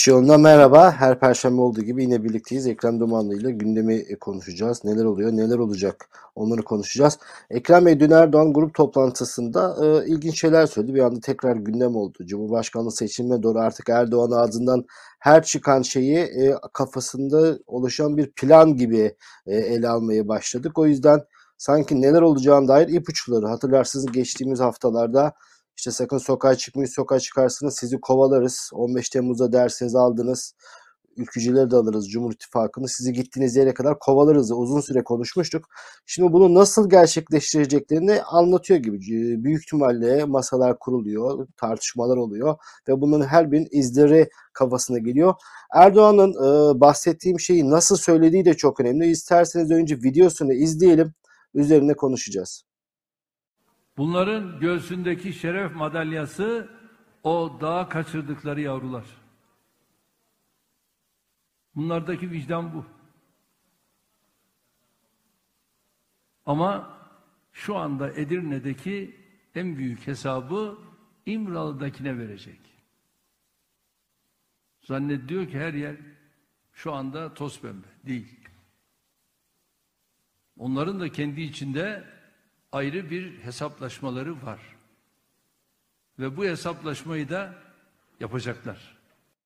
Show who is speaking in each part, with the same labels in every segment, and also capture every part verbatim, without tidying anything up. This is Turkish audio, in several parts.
Speaker 1: İş Yoluna merhaba. Her perşembe olduğu gibi yine birlikteyiz. Ekrem Dumanlı ile gündemi e, konuşacağız. Neler oluyor, neler olacak onları konuşacağız. Ekrem Bey dün Erdoğan grup toplantısında e, ilginç şeyler söyledi. Bir anda tekrar gündem oldu. Cumhurbaşkanlığı seçimine doğru artık Erdoğan ağzından her çıkan şeyi e, kafasında oluşan bir plan gibi e, ele almaya başladık. O yüzden sanki neler olacağına dair ipuçları, hatırlarsınız geçtiğimiz haftalarda işte sakın sokağa çıkmayın, sokağa çıkarsınız sizi kovalarız. on beş Temmuz'da dersinizi aldınız. Ülkücüleri de alırız, Cumhur İttifakı'nı. Sizi gittiğiniz yere kadar kovalarız. Uzun süre konuşmuştuk. Şimdi bunu nasıl gerçekleştireceklerini anlatıyor gibi. Büyük ihtimalle masalar kuruluyor, tartışmalar oluyor ve bunların her birinin izleri kafasına geliyor. Erdoğan'ın e, bahsettiğim şeyi nasıl söylediği de çok önemli. İsterseniz önce videosunu izleyelim, üzerine konuşacağız.
Speaker 2: Bunların göğsündeki şeref madalyası o dağa kaçırdıkları yavrular. Bunlardaki vicdan bu. Ama şu anda Edirne'deki en büyük hesabı İmralı'dakine verecek. Zannediyor ki her yer şu anda toz pembe. Değil. Onların da kendi içinde ayrı bir hesaplaşmaları var. Ve bu hesaplaşmayı da yapacaklar.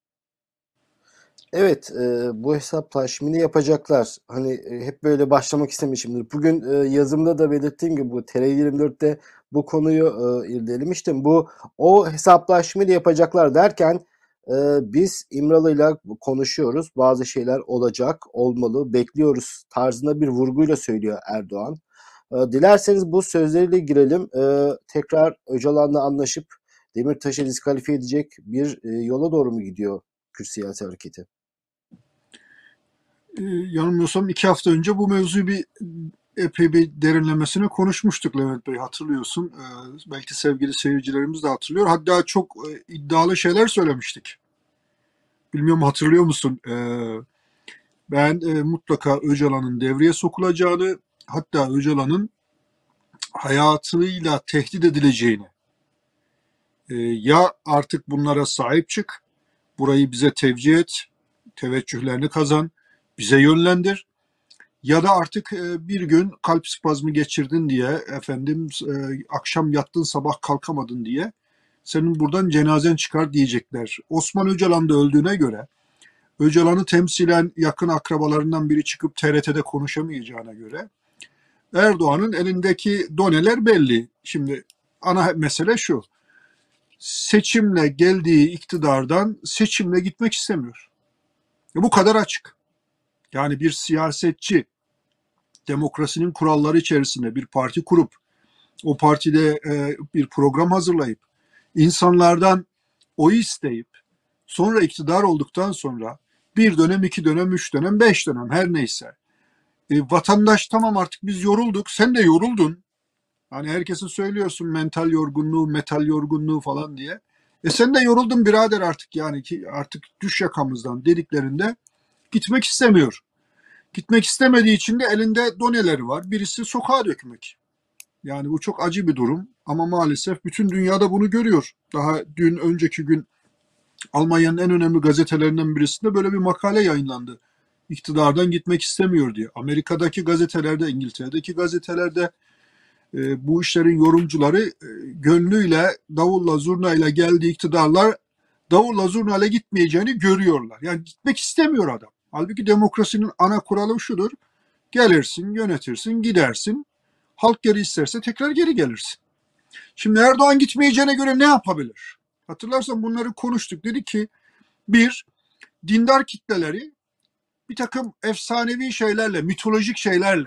Speaker 1: Evet, e, bu hesaplaşmayı yapacaklar. Hani e, hep böyle başlamak istemişimdir. Bugün e, yazımda da belirttiğim gibi bu T R yirmi dörtte bu konuyu e, irdelemiştim. Bu o hesaplaşmayı yapacaklar derken e, biz İmralı'yla konuşuyoruz. Bazı şeyler olacak, olmalı, bekliyoruz tarzında bir vurguyla söylüyor Erdoğan. E, dilerseniz bu sözleriyle girelim. E, tekrar Öcalan'la anlaşıp Demirtaş'ı diskalifiye edecek bir e, yola doğru mu gidiyor Kürt siyasi hareketi?
Speaker 3: Ee, yanılmıyorsam iki hafta önce bu mevzuyu bir epey bir derinlemesine konuşmuştuk Levent Bey, hatırlıyorsun. Ee, belki sevgili seyircilerimiz de hatırlıyor. Hatta çok e, iddialı şeyler söylemiştik. Bilmiyorum, hatırlıyor musun? Ee, ben e, mutlaka Öcalan'ın devreye sokulacağını, hatta Öcalan'ın hayatıyla tehdit edileceğini, e, ya artık bunlara sahip çık, burayı bize tevcih et, teveccühlerini kazan, bize yönlendir. Ya da artık e, bir gün kalp spazmı geçirdin diye, efendim e, akşam yattın sabah kalkamadın diye senin buradan cenazen çıkar diyecekler. Osman Öcalan da öldüğüne göre, Öcalan'ı temsilen yakın akrabalarından biri çıkıp T R T'de konuşamayacağına göre Erdoğan'ın elindeki doneler belli. Şimdi ana mesele şu: seçimle geldiği iktidardan seçimle gitmek istemiyor. E bu kadar açık. Yani bir siyasetçi demokrasinin kuralları içerisinde bir parti kurup o partide e, bir program hazırlayıp insanlardan oy isteyip sonra iktidar olduktan sonra bir dönem, iki dönem, üç dönem, beş dönem her neyse e, vatandaş tamam artık biz yorulduk, sen de yoruldun. Hani herkese söylüyorsun mental yorgunluğu, metal yorgunluğu falan diye. E sen de yoruldun birader artık, yani ki artık düş yakamızdan dediklerinde gitmek istemiyor. Gitmek istemediği için de elinde doneleri var. Birisi sokağa dökmek. Yani bu çok acı bir durum ama maalesef bütün dünyada bunu görüyor. Daha dün, önceki gün Almanya'nın en önemli gazetelerinden birisinde böyle bir makale yayınlandı. İktidardan gitmek istemiyor diye. Amerika'daki gazetelerde, İngiltere'deki gazetelerde e, bu işlerin yorumcuları e, gönlüyle, davulla, zurnayla geldiği iktidarlar davulla, zurnayla gitmeyeceğini görüyorlar. Yani gitmek istemiyor adam. Halbuki demokrasinin ana kuralı şudur: gelirsin, yönetirsin, gidersin. Halk geri isterse tekrar geri gelirsin. Şimdi Erdoğan gitmeyeceğine göre ne yapabilir? Hatırlarsan bunları konuştuk. Dedi ki, bir, dindar kitleleri bir takım efsanevi şeylerle, mitolojik şeylerle,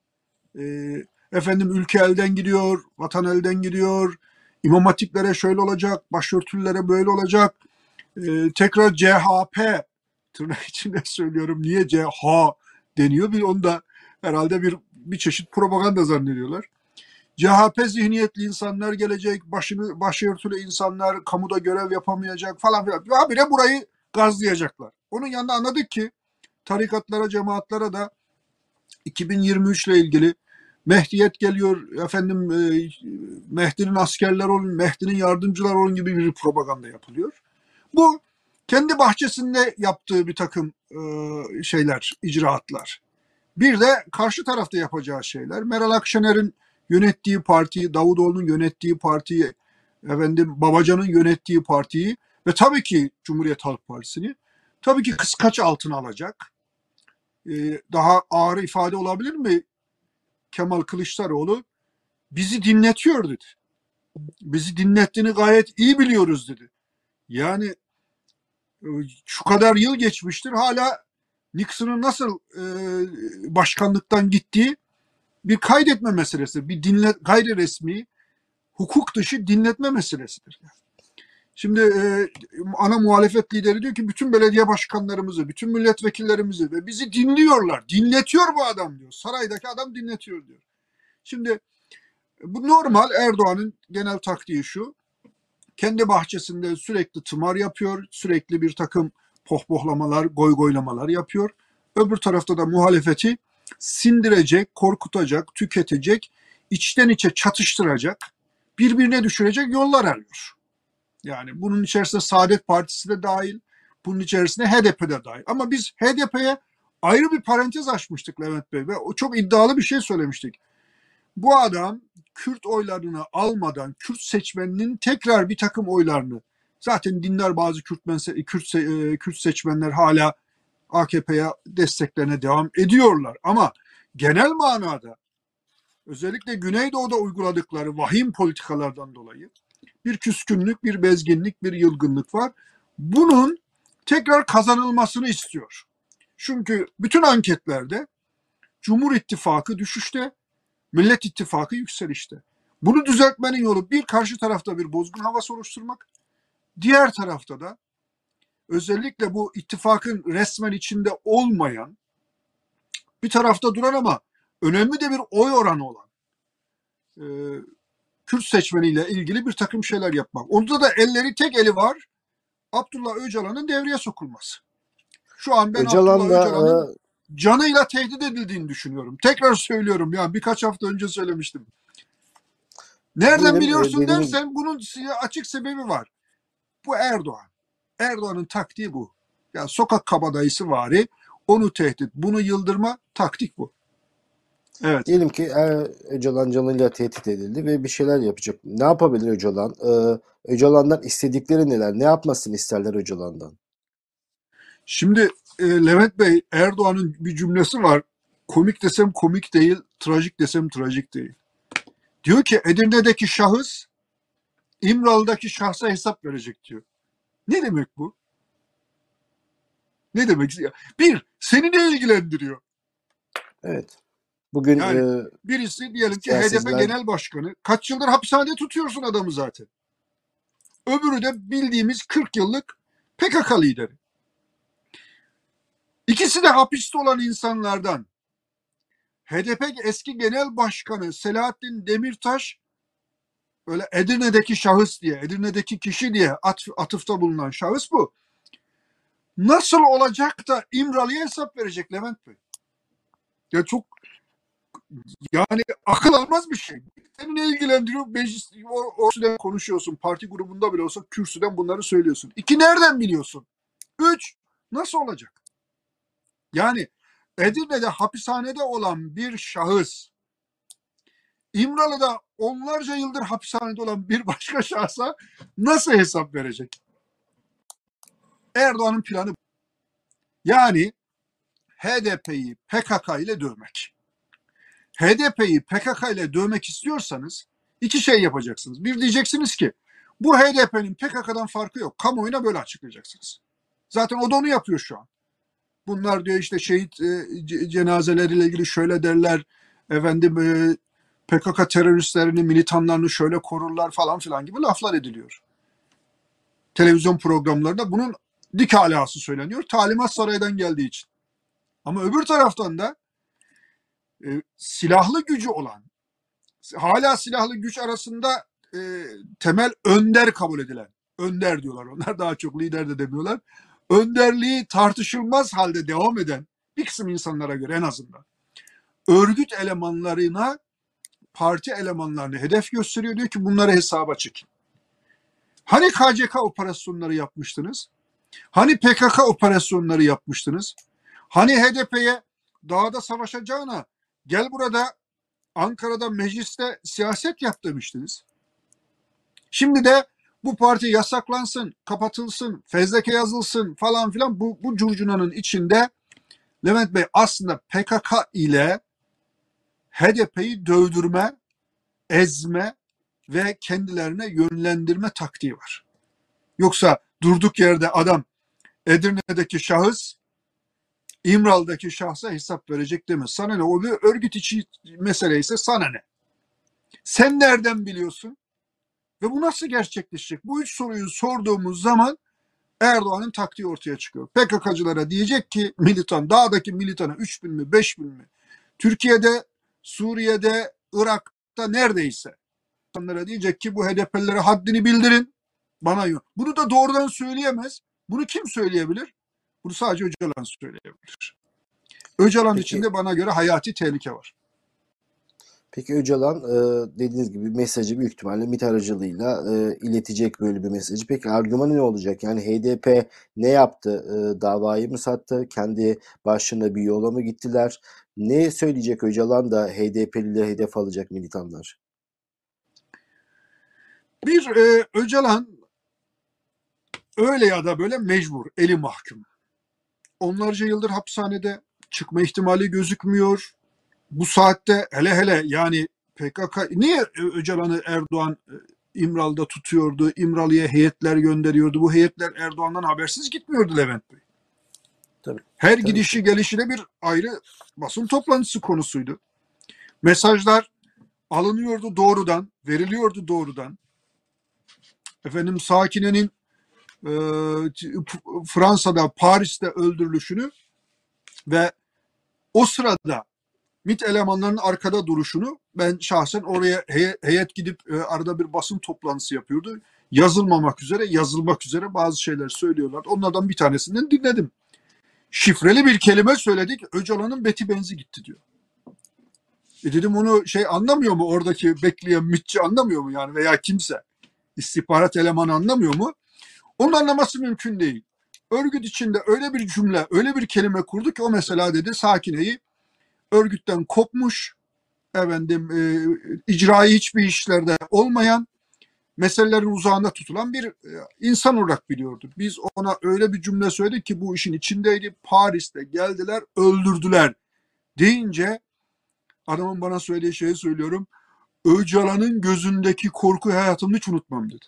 Speaker 3: e, efendim ülke elden gidiyor, vatan elden gidiyor, İmam hatiplere şöyle olacak, başörtülere böyle olacak, e, tekrar C H P, tırnak içinde söylüyorum, niye C H deniyor, bir onu da herhalde bir bir çeşit propaganda zannediyorlar. C H P zihniyetli insanlar gelecek, başını başörtülü insanlar kamuda görev yapamayacak falan filan. Habire burayı gazlayacaklar. Onun yanında anladık ki tarikatlara, cemaatlara da iki bin yirmi üç ile ilgili Mehdiyet geliyor, efendim e, Mehdi'nin askerler olun, Mehdi'nin yardımcılar olun gibi bir propaganda yapılıyor. Bu kendi bahçesinde yaptığı bir takım e, şeyler, icraatlar. Bir de karşı tarafta yapacağı şeyler. Meral Akşener'in yönettiği partiyi, Davutoğlu'nun yönettiği partiyi, efendim Babacan'ın yönettiği partiyi ve tabii ki Cumhuriyet Halk Partisi'ni tabii ki kıskaç altına alacak. Ee, daha ağır ifade olabilir mi? Kemal Kılıçdaroğlu bizi dinletiyor dedi. Bizi dinlettiğini gayet iyi biliyoruz dedi. Yani e, şu kadar yıl geçmiştir, hala Nixon'ın nasıl e, başkanlıktan gittiği bir kaydetme meselesi, bir dinle, gayri resmi, hukuk dışı dinletme meselesidir. Şimdi e, ana muhalefet lideri diyor ki bütün belediye başkanlarımızı, bütün milletvekillerimizi ve bizi dinliyorlar. Dinletiyor bu adam diyor. Saraydaki adam dinletiyor diyor. Şimdi bu normal. Erdoğan'ın genel taktiği şu. Kendi bahçesinde sürekli tımar yapıyor. Sürekli bir takım pohpohlamalar, goygoylamalar yapıyor. Öbür tarafta da muhalefeti sindirecek, korkutacak, tüketecek, içten içe çatıştıracak, birbirine düşürecek yollar arıyor. Yani bunun içerisinde Saadet Partisi de dahil, bunun içerisinde H D P de dahil. Ama biz H D P'ye ayrı bir parantez açmıştık Levent Bey ve o çok iddialı bir şey söylemiştik. Bu adam Kürt oylarını almadan Kürt seçmeninin tekrar bir takım oylarını, zaten dindar bazı Kürt, Kürt, Kürt seçmenler hala A K P'ye desteklerine devam ediyorlar. Ama genel manada özellikle Güneydoğu'da uyguladıkları vahim politikalardan dolayı bir küskünlük, bir bezginlik, bir yılgınlık var. Bunun tekrar kazanılmasını istiyor. Çünkü bütün anketlerde Cumhur İttifakı düşüşte, Millet İttifakı yükselişte. Bunu düzeltmenin yolu bir, karşı tarafta bir bozgun havası oluşturmak, diğer tarafta da özellikle bu ittifakın resmen içinde olmayan, bir tarafta duran ama önemli de bir oy oranı olan e, Kürt seçmeniyle ilgili bir takım şeyler yapmak. Onda da elleri, tek eli var, Abdullah Öcalan'ın devreye sokulması. Şu an ben Abdullah Öcalan'ın e... canıyla tehdit edildiğini düşünüyorum. Tekrar söylüyorum, yani birkaç hafta önce söylemiştim. Nereden benim, biliyorsun benim... dersen bunun açık sebebi var. Bu Erdoğan. Erdoğan'ın taktiği bu. Yani sokak kabadayısı vari, onu tehdit, bunu yıldırma, taktik bu. Evet.
Speaker 1: Diyelim ki er, Öcalan canıyla tehdit edildi ve bir şeyler yapacak. Ne yapabilir Öcalan? Ee, Öcalan'dan istedikleri neler? Ne yapmasını isterler Öcalan'dan?
Speaker 3: Şimdi e, Levent Bey, Erdoğan'ın bir cümlesi var. Komik desem komik değil, trajik desem trajik değil. Diyor ki Edirne'deki şahıs İmralı'daki şahsa hesap verecek diyor. Ne demek bu? Ne demek? Bir, seni ne ilgilendiriyor?
Speaker 1: Evet. Bugün
Speaker 3: yani
Speaker 1: e,
Speaker 3: birisi diyelim ki H D P Genel Başkanı, kaç yıldır hapishanede tutuyorsun adamı zaten. Öbürü de bildiğimiz kırk yıllık P K K lideri. İkisi de hapiste olan insanlardan. H D P eski Genel Başkanı Selahattin Demirtaş, öyle Edirne'deki şahıs diye, Edirne'deki kişi diye at, atıfta bulunan şahıs bu. Nasıl olacak da İmralı'ya hesap verecek Levent Bey? Ya çok, yani akıl almaz bir şey. Seni ne ilgilendiriyor? Meclis, o, o süre konuşuyorsun. Parti grubunda bile olsa kürsüden bunları söylüyorsun. İki, nereden biliyorsun? Üç, nasıl olacak? Yani Edirne'de hapishanede olan bir şahıs, İmralı'da onlarca yıldır hapishanede olan bir başka şahsa nasıl hesap verecek? Erdoğan'ın planı bu. Yani H D P'yi P K K ile dövmek. H D P'yi P K K ile dövmek istiyorsanız iki şey yapacaksınız. Bir, diyeceksiniz ki bu H D P'nin P K K'dan farkı yok. Kamuoyuna böyle açıklayacaksınız. Zaten o da onu yapıyor şu an. Bunlar diyor işte şehit e, cenazeleriyle ilgili şöyle derler. Efendim e, P K K teröristlerini, militanlarını şöyle korurlar falan filan gibi laflar ediliyor. Televizyon programlarında bunun dik alası söyleniyor. Talimat saraydan geldiği için. Ama öbür taraftan da e, silahlı gücü olan, hala silahlı güç arasında e, temel önder kabul edilen, önder diyorlar onlar, daha çok lider de demiyorlar. Önderliği tartışılmaz halde devam eden bir kısım insanlara göre en azından örgüt elemanlarına, parti elemanlarını hedef gösteriyor. Diyor ki bunları hesaba çekin. Hani K C K operasyonları yapmıştınız? Hani P K K operasyonları yapmıştınız? Hani H D P'ye dağda savaşacağına gel burada Ankara'da mecliste siyaset yap demiştiniz. Şimdi de bu parti yasaklansın, kapatılsın, fezleke yazılsın falan filan bu, bu curcunanın içinde Levent Bey aslında P K K ile H D P'yi dövdürme, ezme ve kendilerine yönlendirme taktiği var. Yoksa durduk yerde adam Edirne'deki şahıs İmralı'daki şahsa hesap verecek demez. Sana ne? O bir örgüt içi mesele ise sana ne? Sen nereden biliyorsun? Ve bu nasıl gerçekleşecek? Bu üç soruyu sorduğumuz zaman Erdoğan'ın taktiği ortaya çıkıyor. P K K'cılara diyecek ki militan, dağdaki militana üç bin mi beş bin mi? Türkiye'de, Suriye'de, Irak'ta neredeyse insanlara diyecek ki bu H D P'lilere haddini bildirin. Bana yok. Bunu da doğrudan söyleyemez. Bunu kim söyleyebilir? Bunu sadece Öcalan söyleyebilir. Öcalan
Speaker 1: Peki,
Speaker 3: içinde bana göre hayati tehlike var.
Speaker 1: peki Öcalan e, dediğiniz gibi mesajı büyük ihtimalle MİT aracılığıyla e, iletecek böyle bir mesajı. Peki argümanı ne olacak? Yani H D P ne yaptı? E, davayı mı sattı? Kendi başına bir yola mı gittiler? Ne söyleyecek Öcalan da H D P'lileri hedef alacak militanlar?
Speaker 3: Bir e, Öcalan öyle ya da böyle mecbur, eli mahkum. Onlarca yıldır hapishanede, çıkma ihtimali gözükmüyor. Bu saatte hele hele yani P K K niye Öcalan'ı Erdoğan e, İmralı'da tutuyordu, İmralı'ya heyetler gönderiyordu. Bu heyetler Erdoğan'dan habersiz gitmiyordu Levent Bey.
Speaker 1: Tabii,
Speaker 3: Her
Speaker 1: tabii
Speaker 3: gidişi
Speaker 1: ki.
Speaker 3: gelişi de bir ayrı basın toplantısı konusuydu. Mesajlar alınıyordu doğrudan, veriliyordu doğrudan. Efendim Sakine'nin e, Fransa'da, Paris'te öldürülüşünü ve o sırada MİT elemanlarının arkada duruşunu ben şahsen oraya heyet gidip e, arada bir basın toplantısı yapıyordu. Yazılmamak üzere, yazılmak üzere bazı şeyler söylüyorlar. Onlardan bir tanesinden dinledim. Şifreli bir kelime söyledik. Öcalan'ın beti benzi gitti diyor. E dedim onu şey anlamıyor mu? Oradaki bekleyen MİTçi anlamıyor mu yani veya kimse? İstihbarat elemanı anlamıyor mu? Onun anlaması mümkün değil. Örgüt içinde öyle bir cümle, öyle bir kelime kurdu ki o mesela dedi Sakine'yi örgütten kopmuş, efendim e, icraî hiçbir işlerde olmayan, meselelerin uzağında tutulan bir e, insan olarak biliyordu. Biz ona öyle bir cümle söyledik ki bu işin içindeydi. Paris'te geldiler, öldürdüler deyince adamın bana söylediği şeyi söylüyorum. Öcalan'ın gözündeki korku hayatımda hiç unutmam dedi.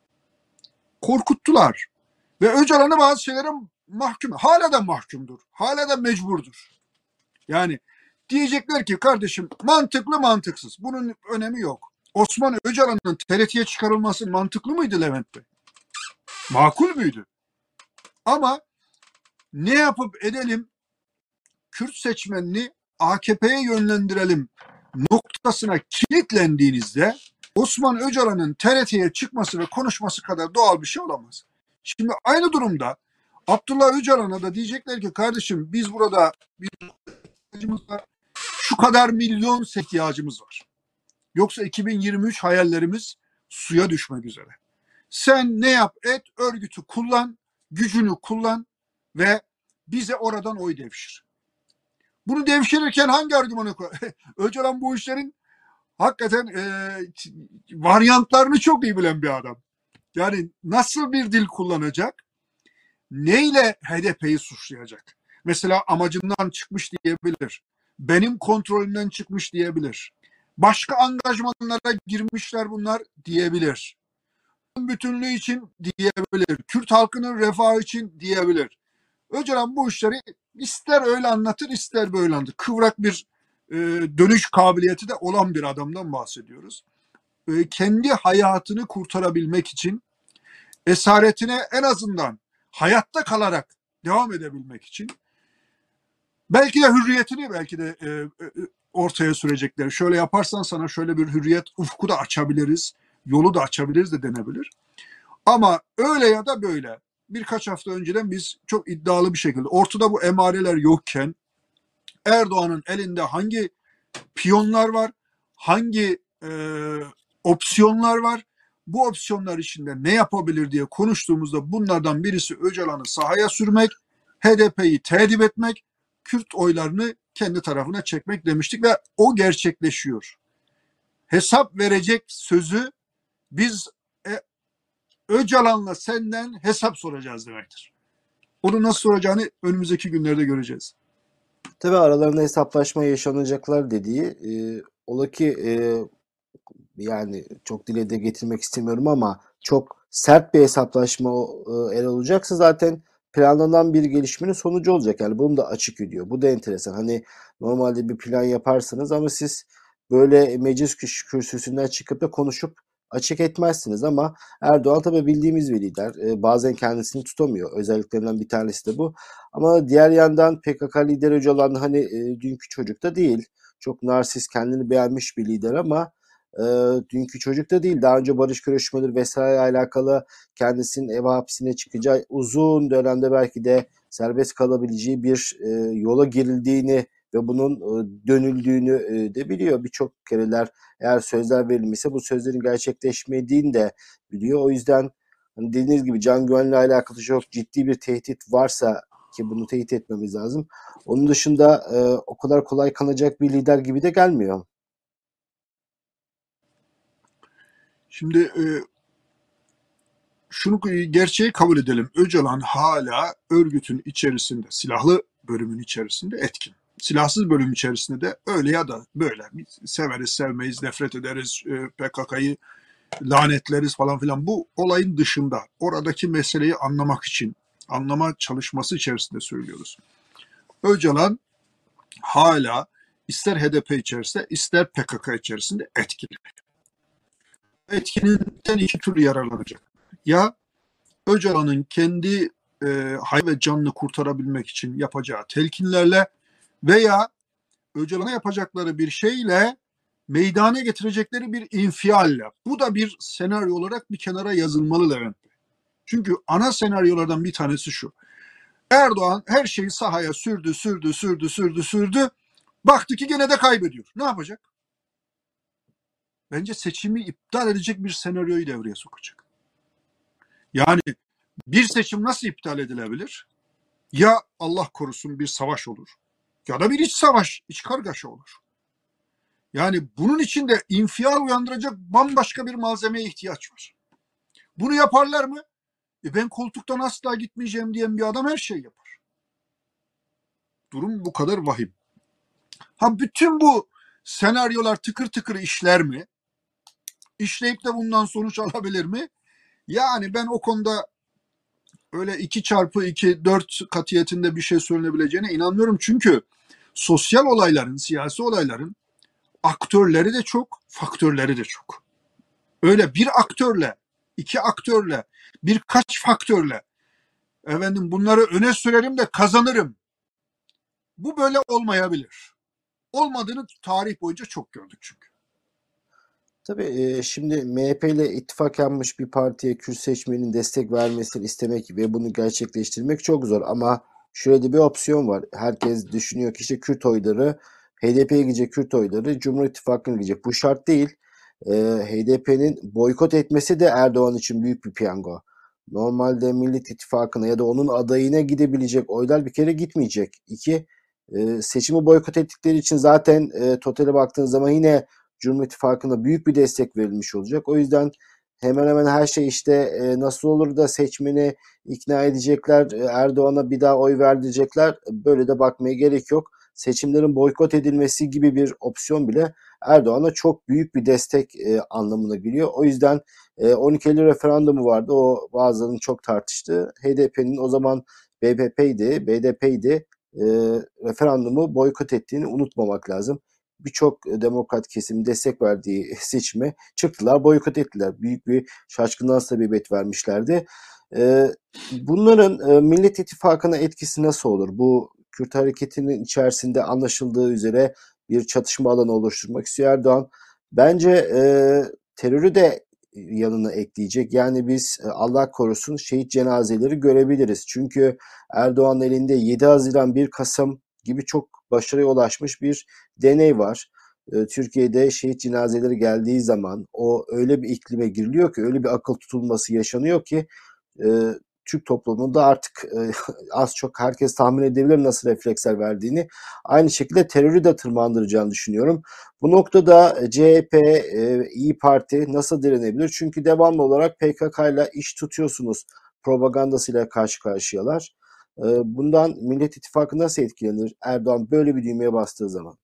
Speaker 3: Korkuttular. Ve Öcalan'ı bazı şeylere mahkum, hala da mahkumdur. Hala da mecburdur. Yani diyecekler ki kardeşim mantıklı mantıksız. Bunun önemi yok. Osman Öcalan'ın T R T'ye çıkarılması mantıklı mıydı Levent Bey? Makul müydü? Ama ne yapıp edelim Kürt seçmenini A K P'ye yönlendirelim noktasına kilitlendiğinizde Osman Öcalan'ın T R T'ye çıkması ve konuşması kadar doğal bir şey olamaz. Şimdi aynı durumda Abdullah Öcalan'a da diyecekler ki kardeşim biz burada bir ihtiyacımız var. Şu kadar milyon ihtiyacımız var. Yoksa iki bin yirmi üç hayallerimiz suya düşmek üzere. Sen ne yap et örgütü kullan, gücünü kullan ve bize oradan oy devşir. Bunu devşirirken hangi argümanı koy? Öcalan bu işlerin hakikaten e, varyantlarını çok iyi bilen bir adam. Yani nasıl bir dil kullanacak? Neyle H D P'yi suçlayacak? Mesela amacından çıkmış diyebilir. Benim kontrolümden çıkmış diyebilir. Başka angajmanlara girmişler bunlar diyebilir. Bütünlüğü için diyebilir. Kürt halkının refahı için diyebilir. Öcalan bu işleri ister öyle anlatır ister böyle anlatır. Kıvrak bir e, dönüş kabiliyeti de olan bir adamdan bahsediyoruz. E, kendi hayatını kurtarabilmek için esaretine en azından hayatta kalarak devam edebilmek için belki de hürriyetini belki de e, e, ortaya sürecekler. Şöyle yaparsan sana şöyle bir hürriyet ufku da açabiliriz, yolu da açabiliriz de denebilir. Ama öyle ya da böyle birkaç hafta önceden biz çok iddialı bir şekilde ortada bu emareler yokken Erdoğan'ın elinde hangi piyonlar var, hangi e, opsiyonlar var, bu opsiyonlar içinde ne yapabilir diye konuştuğumuzda bunlardan birisi Öcalan'ı sahaya sürmek, H D P'yi tedip etmek, Kürt oylarını kendi tarafına çekmek demiştik ve o gerçekleşiyor. Hesap verecek sözü biz e, Öcalan'la senden hesap soracağız demektir. Onu nasıl soracağını önümüzdeki günlerde göreceğiz.
Speaker 1: Tabii aralarında hesaplaşma yaşanacaklar dediği e, ola ki e, yani çok dile de getirmek istemiyorum ama çok sert bir hesaplaşma e, el olacaksa zaten planlanan bir gelişmenin sonucu olacak. Yani bunu da açık ediyor. Bu da enteresan. Hani normalde bir plan yaparsınız ama siz böyle meclis küş- kürsüsünden çıkıp da konuşup açık etmezsiniz ama Erdoğan tabii bildiğimiz bir lider. E, bazen kendisini tutamıyor. Özelliklerinden bir tanesi de bu. Ama diğer yandan P K K lideri Öcalan hani e, dünkü çocuk da değil. Çok narsist, kendini beğenmiş bir lider ama e, dünkü çocuk da değil. Daha önce barış görüşmeleri vesaire alakalı kendisinin ev hapsine çıkacağı uzun dönemde belki de serbest kalabileceği bir e, yola girildiğini ve bunun e, dönüldüğünü e, de biliyor. Birçok kereler eğer sözler verilmişse bu sözlerin gerçekleşmediğini de biliyor. O yüzden hani dediğiniz gibi can güvenliği alakalı çok ciddi bir tehdit varsa ki bunu teyit etmemiz lazım. Onun dışında e, o kadar kolay kanacak bir lider gibi de gelmiyor.
Speaker 3: Şimdi e, şunu gerçeği kabul edelim. Öcalan hala örgütün içerisinde, silahlı bölümün içerisinde etkin. Silahsız bölüm içerisinde de öyle ya da böyle. Biz severiz, sevmeyiz, nefret ederiz, e, P K K'yı lanetleriz falan filan. Bu olayın dışında oradaki meseleyi anlamak için, anlama çalışması içerisinde söylüyoruz. Öcalan hala ister H D P içerisinde ister P K K içerisinde etkili. Etkininden iki türlü yararlanacak. Ya Öcalan'ın kendi e, hayat ve canını kurtarabilmek için yapacağı telkinlerle veya Öcalan'a yapacakları bir şeyle meydana getirecekleri bir infialle. Bu da bir senaryo olarak bir kenara yazılmalı Levent Bey. Çünkü ana senaryolardan bir tanesi şu. Erdoğan her şeyi sahaya sürdü, sürdü, sürdü, sürdü, sürdü. Baktı ki gene de kaybediyor. Ne yapacak? Bence seçimi iptal edecek bir senaryoyu devreye sokacak. Yani bir seçim nasıl iptal edilebilir? Ya Allah korusun bir savaş olur ya da bir iç savaş, iç kargaşa olur. Yani bunun için de infial uyandıracak bambaşka bir malzemeye ihtiyaç var. Bunu yaparlar mı? E ben koltuktan asla gitmeyeceğim diyen bir adam her şeyi yapar. Durum bu kadar vahim. Ha bütün bu senaryolar tıkır tıkır işler mi? İşleyip de bundan sonuç alabilir mi? Yani ben o konuda öyle iki çarpı iki dört katiyetinde bir şey söylenebileceğine inanmıyorum. Çünkü sosyal olayların, siyasi olayların aktörleri de çok, faktörleri de çok. Öyle bir aktörle, iki aktörle, birkaç faktörle efendim bunları öne sürerim de kazanırım. Bu böyle olmayabilir. Olmadığını tarih boyunca çok gördük çünkü.
Speaker 1: Tabii e, şimdi M H P ile ittifak yapmış bir partiye Kürt seçmenin destek vermesini istemek ve bunu gerçekleştirmek çok zor. Ama şöyle de bir opsiyon var. Herkes düşünüyor ki işte Kürt oyları H D P'ye gidecek, Kürt oyları Cumhur İttifakı'na gidecek. Bu şart değil. E, H D P'nin boykot etmesi de Erdoğan için büyük bir piyango. Normalde Millet İttifakı'na ya da onun adayına gidebilecek oylar bir kere gitmeyecek. İki, e, seçimi boykot ettikleri için zaten e, totale baktığınız zaman yine Cumhur İttifakı'na büyük bir destek verilmiş olacak. O yüzden hemen hemen her şey işte e, nasıl olur da seçmeni ikna edecekler, e, Erdoğan'a bir daha oy verdirecekler. Böyle de bakmaya gerek yok. Seçimlerin boykot edilmesi gibi bir opsiyon bile Erdoğan'a çok büyük bir destek e, anlamına geliyor. O yüzden e, on iki Eylül referandumu vardı. O bazılarının çok tartıştığı. H D P'nin o zaman B B P'ydi, B D P'ydi. E, referandumu boykot ettiğini unutmamak lazım. Birçok e, demokrat kesim destek verdiği seçime çıktılar, boykot ettiler. Büyük bir şaşkınlığa sebebiyet vermişlerdi. E, bunların e, Millet İttifakı'na etkisi nasıl olur? Bu Kürt hareketinin içerisinde anlaşıldığı üzere bir çatışma alanı oluşturmak istiyor Erdoğan. Bence e, terörü de yanına ekleyecek. Yani biz e, Allah korusun şehit cenazeleri görebiliriz. Çünkü Erdoğan'ın elinde yedi Haziran bir Kasım gibi çok başarıya ulaşmış bir deney var. e, Türkiye'de şehit cenazeleri geldiği zaman o öyle bir iklime giriliyor ki, öyle bir akıl tutulması yaşanıyor ki e, Türk toplumunda artık e, az çok herkes tahmin edebilir nasıl refleksler verdiğini. Aynı şekilde terörü de tırmandıracağını düşünüyorum. Bu noktada C H P, e, İyi Parti nasıl direnebilir? Çünkü devamlı olarak P K K ile iş tutuyorsunuz propagandasıyla karşı karşıyalar. E, bundan Millet İttifakı nasıl etkilenir Erdoğan böyle bir düğmeye bastığı zaman?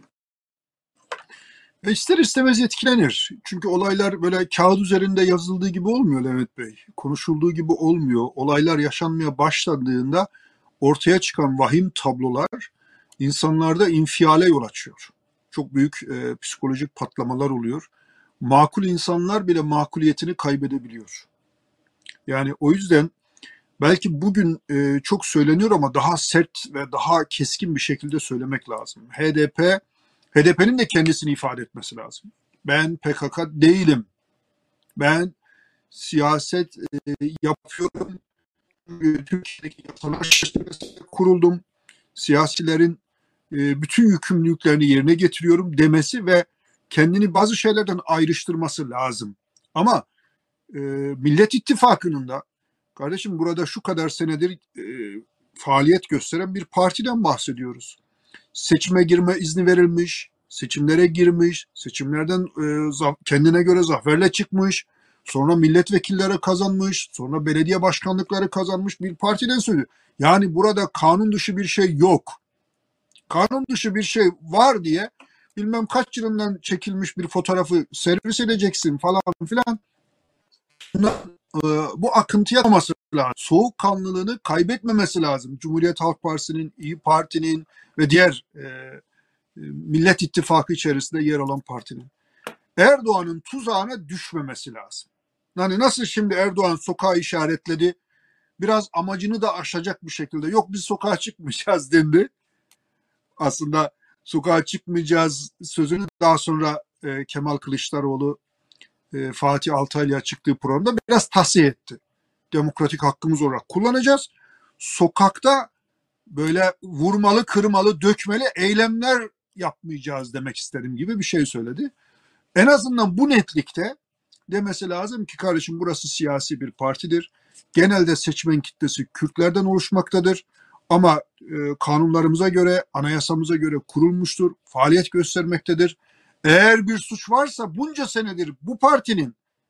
Speaker 3: E ister istemez etkilenir. Çünkü olaylar böyle kağıt üzerinde yazıldığı gibi olmuyor Levent Bey. Konuşulduğu gibi olmuyor. Olaylar yaşanmaya başladığında ortaya çıkan vahim tablolar insanlarda infiale yol açıyor. Çok büyük e, psikolojik patlamalar oluyor. Makul insanlar bile makuliyetini kaybedebiliyor. Yani o yüzden belki bugün e, çok söyleniyor ama daha sert ve daha keskin bir şekilde söylemek lazım. H D P, H D P'nin de kendisini ifade etmesi lazım. Ben P K K değilim. Ben siyaset e, yapıyorum. Türkiye'deki yasalar çerçevesinde kuruldum. Siyasilerin e, bütün yükümlülüklerini yerine getiriyorum demesi ve kendini bazı şeylerden ayrıştırması lazım. Ama e, Millet İttifakı'nın da kardeşim burada şu kadar senedir e, faaliyet gösteren bir partiden bahsediyoruz. Seçime girme izni verilmiş, seçimlere girmiş, seçimlerden e, kendine göre zaferle çıkmış, sonra milletvekilleri kazanmış, sonra belediye başkanlıkları kazanmış bir partiden söylüyor. Yani burada kanun dışı bir şey yok. Kanun dışı bir şey var diye bilmem kaç yılından çekilmiş bir fotoğrafı servis edeceksin falan filan. Bu akıntıya olması lazım. Soğukkanlılığını kaybetmemesi lazım. Cumhuriyet Halk Partisi'nin, İyi Parti'nin ve diğer e, Millet İttifakı içerisinde yer alan partinin. Erdoğan'ın tuzağına düşmemesi lazım. Yani nasıl şimdi Erdoğan sokağı işaretledi, biraz amacını da aşacak bir şekilde yok biz sokağa çıkmayacağız dendi. Aslında sokağa çıkmayacağız sözünü daha sonra e, Kemal Kılıçdaroğlu e, Fatih Altaylı'ya çıktığı programda biraz tahsiye etti. Demokratik hakkımız olarak kullanacağız. Sokakta böyle vurmalı, kırmalı, dökmeli eylemler yapmayacağız demek istedim gibi bir şey söyledi. En azından bu netlikte demesi lazım ki kardeşim burası siyasi bir partidir. Genelde seçmen kitlesi Kürtlerden oluşmaktadır. Ama e, kanunlarımıza göre, anayasamıza göre kurulmuştur, faaliyet göstermektedir. Eğer bir suç varsa bunca senedir bu partinin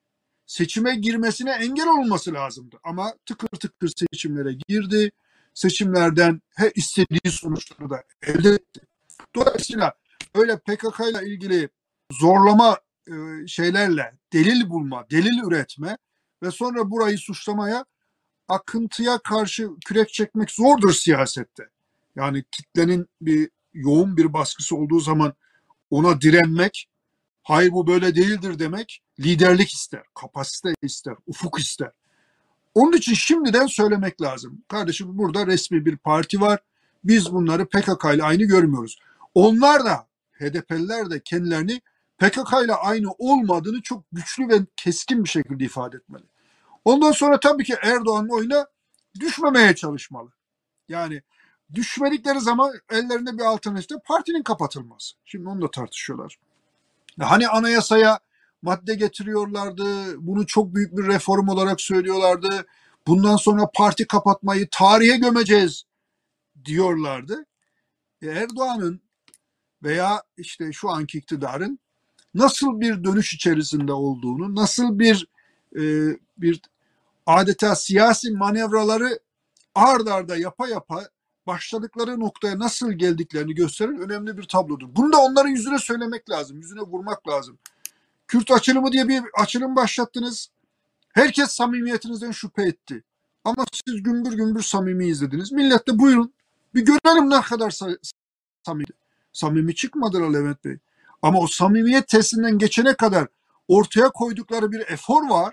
Speaker 3: seçime girmesine engel olması lazımdı. Ama tıkır tıkır seçimlere girdi. Seçimlerden he, istediği sonuçları da elde etti. Dolayısıyla öyle P K K ile ilgili zorlama e, şeylerle delil bulma, delil üretme ve sonra burayı suçlamaya, akıntıya karşı kürek çekmek zordur siyasette. Yani kitlenin bir yoğun bir baskısı olduğu zaman ona direnmek, hayır bu böyle değildir demek liderlik ister, kapasite ister, ufuk ister. Onun için şimdiden söylemek lazım. Kardeşim burada resmi bir parti var. Biz bunları P K K ile aynı görmüyoruz. Onlar da H D P'liler de kendilerini P K K ile aynı olmadığını çok güçlü ve keskin bir şekilde ifade etmeli. Ondan sonra tabii ki Erdoğan'ın oyuna düşmemeye çalışmalı. Yani düşmedikleri zaman ellerinde bir alternatif de partinin kapatılması. Şimdi onu da tartışıyorlar. Hani anayasaya madde getiriyorlardı, bunu çok büyük bir reform olarak söylüyorlardı. Bundan sonra parti kapatmayı tarihe gömeceğiz diyorlardı. E Erdoğan'ın veya işte şu anki iktidarın nasıl bir dönüş içerisinde olduğunu, nasıl bir e, bir adeta siyasi manevraları ard arda yapa yapa başladıkları noktaya nasıl geldiklerini gösteren önemli bir tablodur. Bunu da onların yüzüne söylemek lazım, yüzüne vurmak lazım. Kürt açılımı diye bir açılım başlattınız. Herkes samimiyetinizden şüphe etti. Ama siz gümbür gümbür samimi izlediniz. Millet de buyurun bir görelim ne kadar samimi. Samimi çıkmadılar Levent Bey. Ama o samimiyet testinden geçene kadar ortaya koydukları bir efor var.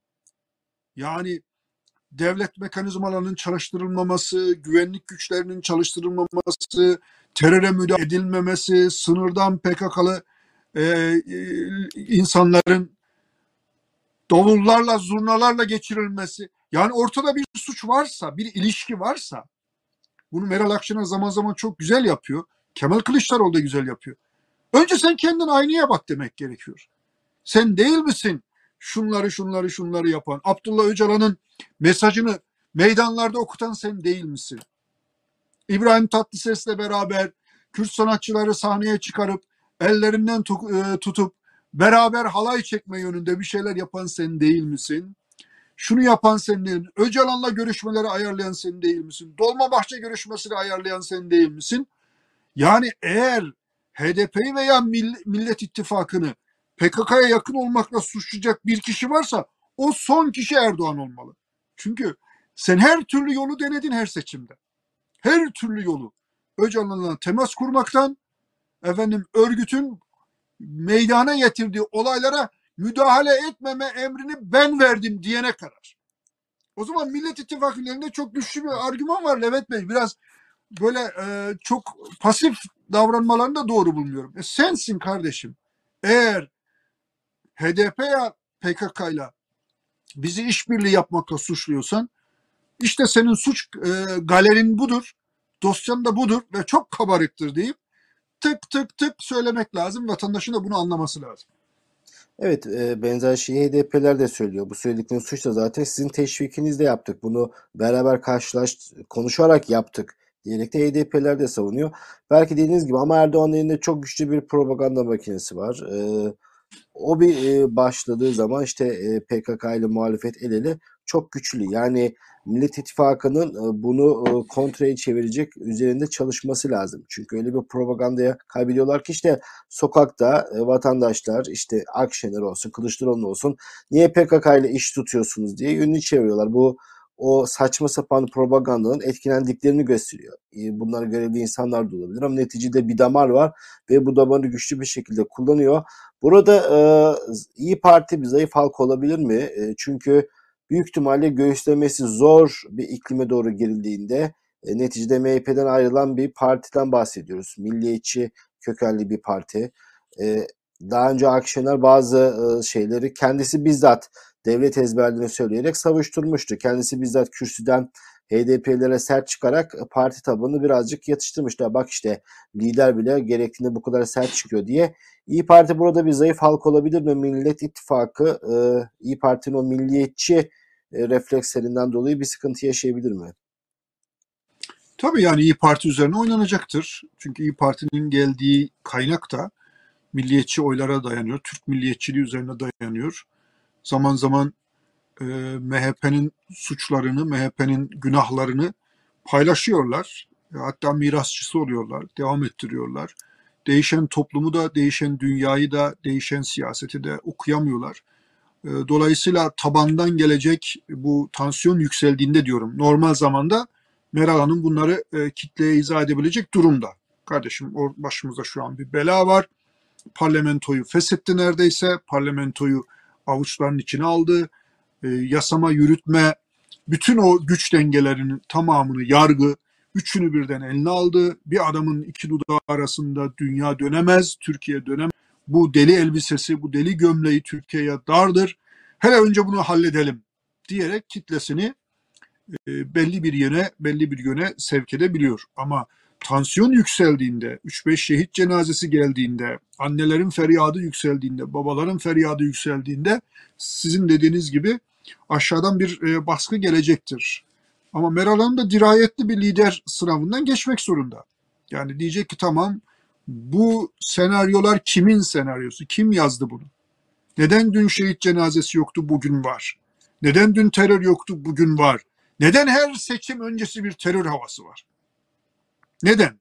Speaker 3: Yani devlet mekanizmalarının çalıştırılmaması, güvenlik güçlerinin çalıştırılmaması, teröre müdahale edilmemesi, sınırdan P K K'lı e, e, insanların davullarla, zurnalarla geçirilmesi. Yani ortada bir suç varsa, bir ilişki varsa, bunu Meral Akşener zaman zaman çok güzel yapıyor. Kemal Kılıçdaroğlu da güzel yapıyor. Önce sen kendin aynaya bak demek gerekiyor. Sen değil misin şunları şunları şunları yapan? Abdullah Öcalan'ın mesajını meydanlarda okutan sen değil misin? İbrahim Tatlıses'le beraber Kürt sanatçıları sahneye çıkarıp ellerinden tutup beraber halay çekme yönünde bir şeyler yapan sen değil misin? Şunu yapan sen değil misin? Öcalan'la görüşmeleri ayarlayan sen değil misin? Dolmabahçe görüşmesini ayarlayan sen değil misin? Yani eğer H D P'yi veya Millet İttifakı'nı P K K'ya yakın olmakla suçlayacak bir kişi varsa o son kişi Erdoğan olmalı. Çünkü sen her türlü yolu denedin her seçimde. Her türlü yolu. Öcalan'la temas kurmaktan efendim örgütün meydana getirdiği olaylara müdahale etmeme emrini ben verdim diyene kadar. O zaman Millet İttifakı'nın elinde çok güçlü bir argüman var Levent Bey. Biraz böyle e, çok pasif davranmalarını da doğru bulmuyorum. E sensin kardeşim. Eğer H D P ya P K K'yla bizi işbirliği yapmakla suçluyorsan işte senin suç e, galerin budur. Dosyan da budur ve çok kabarıktır deyip tık tık tık söylemek lazım. Vatandaşın da bunu anlaması lazım.
Speaker 1: Evet, e, benzer şeyi H D P'ler de söylüyor. Bu söyledikleriniz suç da zaten sizin teşvikinizde yaptık. Bunu beraber karşılaş, konuşarak yaptık diyerek de H D P'ler de savunuyor. Belki dediğiniz gibi ama Erdoğan'ın elinde çok güçlü bir propaganda makinesi var. E, o bir e, başladığı zaman işte e, P K K ile muhalefet el ele çok güçlü. Yani Millet İttifakı'nın e, bunu e, kontraya çevirecek üzerinde çalışması lazım. Çünkü öyle bir propagandaya kaybediyorlar ki işte sokakta e, vatandaşlar işte Akşener olsun, Kılıçdaroğlu olsun niye P K K ile iş tutuyorsunuz diye yönünü çeviriyorlar. Bu o saçma sapan propagandanın etkilendiklerini gösteriyor. E, bunlar görevli insanlar da olabilir ama neticede bir damar var ve bu damarı güçlü bir şekilde kullanıyor. Burada e, İyi Parti bir zayıf halk olabilir mi? E, çünkü büyük ihtimalle göğüslemesi zor bir iklime doğru girildiğinde e, neticede M H P'den ayrılan bir partiden bahsediyoruz. Milliyetçi kökenli bir parti. E, daha önce Akşener bazı e, şeyleri kendisi bizzat devlet ezberlerini söyleyerek savuşturmuştu. Kendisi bizzat kürsüden H D P'lere sert çıkarak parti tabanını birazcık yatıştırmıştı. Bak işte lider bile gerektiğinde bu kadar sert çıkıyor diye. İyi Parti burada bir zayıf halk olabilir mi? Millet İttifakı e, İyi Parti'nin o milliyetçi e, reflekslerinden dolayı bir sıkıntı yaşayabilir mi?
Speaker 3: Tabii yani İyi Parti üzerine oynanacaktır. Çünkü İyi Parti'nin geldiği kaynak da milliyetçi oylara dayanıyor. Türk milliyetçiliği üzerine dayanıyor. Zaman zaman e, M H P'nin suçlarını, M H P'nin günahlarını paylaşıyorlar. Hatta mirasçısı oluyorlar, devam ettiriyorlar. Değişen toplumu da, değişen dünyayı da, değişen siyaseti de okuyamıyorlar. E, dolayısıyla tabandan gelecek bu tansiyon yükseldiğinde diyorum. Normal zamanda Meral Hanım bunları e, kitleye izah edebilecek durumda. Kardeşim başımızda şu an bir bela var. Parlamentoyu feshetti neredeyse. Parlamentoyu avuçlarının içine aldı. E, yasama, yürütme, bütün o güç dengelerinin tamamını, yargı, üçünü birden eline aldı. Bir adamın iki dudağı arasında dünya dönemez, Türkiye dönemez. Bu deli elbisesi, bu deli gömleği Türkiye'ye dardır. Hele önce bunu halledelim diyerek kitlesini e, belli bir yöne, belli bir yöne sevk edebiliyor. Ama tansiyon yükseldiğinde, üç beş şehit cenazesi geldiğinde, annelerin feryadı yükseldiğinde, babaların feryadı yükseldiğinde sizin dediğiniz gibi aşağıdan bir e, baskı gelecektir. Ama Meral Hanım da dirayetli bir lider sınavından geçmek zorunda. Yani diyecek ki tamam bu senaryolar kimin senaryosu? Kim yazdı bunu? Neden dün şehit cenazesi yoktu bugün var? Neden dün terör yoktu bugün var? Neden her seçim öncesi bir terör havası var? Neden?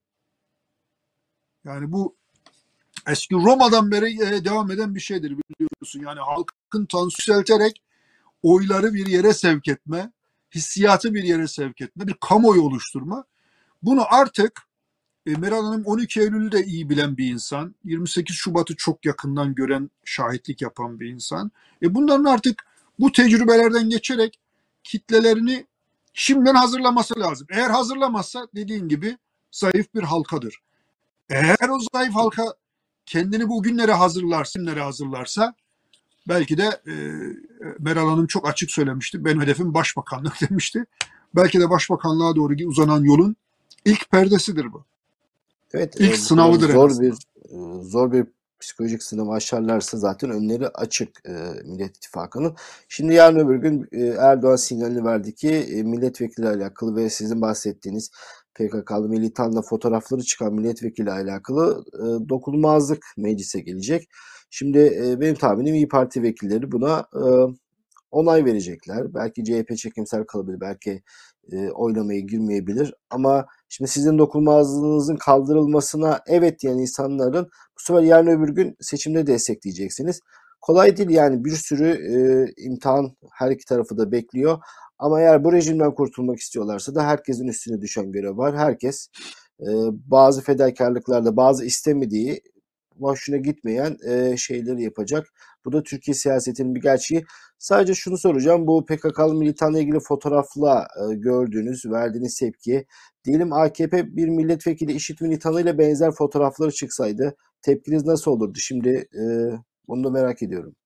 Speaker 3: Yani bu eski Roma'dan beri devam eden bir şeydir biliyorsun. Yani halkın tansiyonu yükselterek oyları bir yere sevk etme, hissiyatı bir yere sevk etme, bir kamuoyu oluşturma. Bunu artık e, Meral Hanım on iki Eylül'ü de iyi bilen bir insan. yirmi sekiz Şubat'ı çok yakından gören, şahitlik yapan bir insan. E bunların artık bu tecrübelerden geçerek kitlelerini şimdiden hazırlaması lazım. Eğer hazırlamazsa dediğin gibi zayıf bir halkadır. Eğer o zayıf halka kendini bugünlere hazırlarsa, günlere hazırlarsa belki de e, Meral Hanım çok açık söylemişti. Benim hedefim başbakanlık demişti. Belki de başbakanlığa doğru uzanan yolun ilk perdesidir bu.
Speaker 1: Evet,
Speaker 3: İlk
Speaker 1: e, bu kadar
Speaker 3: sınavıdır en
Speaker 1: zor bir
Speaker 3: azından.
Speaker 1: e, zor bir psikolojik sınavı aşarlarsa zaten önleri açık e, Millet İttifakı'nın. Şimdi yarın öbür gün e, Erdoğan sinyalini verdi ki e, milletvekili alakalı ve sizin bahsettiğiniz P K K'lı militanla fotoğrafları çıkan milletvekili alakalı e, dokunulmazlık meclise gelecek. Şimdi e, benim tahminim İyi Parti vekilleri buna e, onay verecekler. Belki C H P çekimser kalabilir, belki e, oylamaya girmeyebilir. Ama şimdi sizin dokunulmazlığınızın kaldırılmasına evet diyen insanların bu sefer yarın öbür gün seçimde destekleyeceksiniz. Kolay değil yani, bir sürü e, imtihan her iki tarafı da bekliyor. Ama eğer bu rejimden kurtulmak istiyorlarsa da herkesin üstüne düşen görev var. Herkes e, bazı fedakarlıklarda, bazı istemediği, hoşuna gitmeyen e, şeyleri yapacak. Bu da Türkiye siyasetinin bir gerçeği. Sadece şunu soracağım. Bu P K K'lı militanla ilgili fotoğrafla e, gördüğünüz, verdiğiniz tepkiye, diyelim A K P bir milletvekili IŞİD militanıyla benzer fotoğrafları çıksaydı tepkiniz nasıl olurdu? Şimdi e, bunu da merak ediyorum.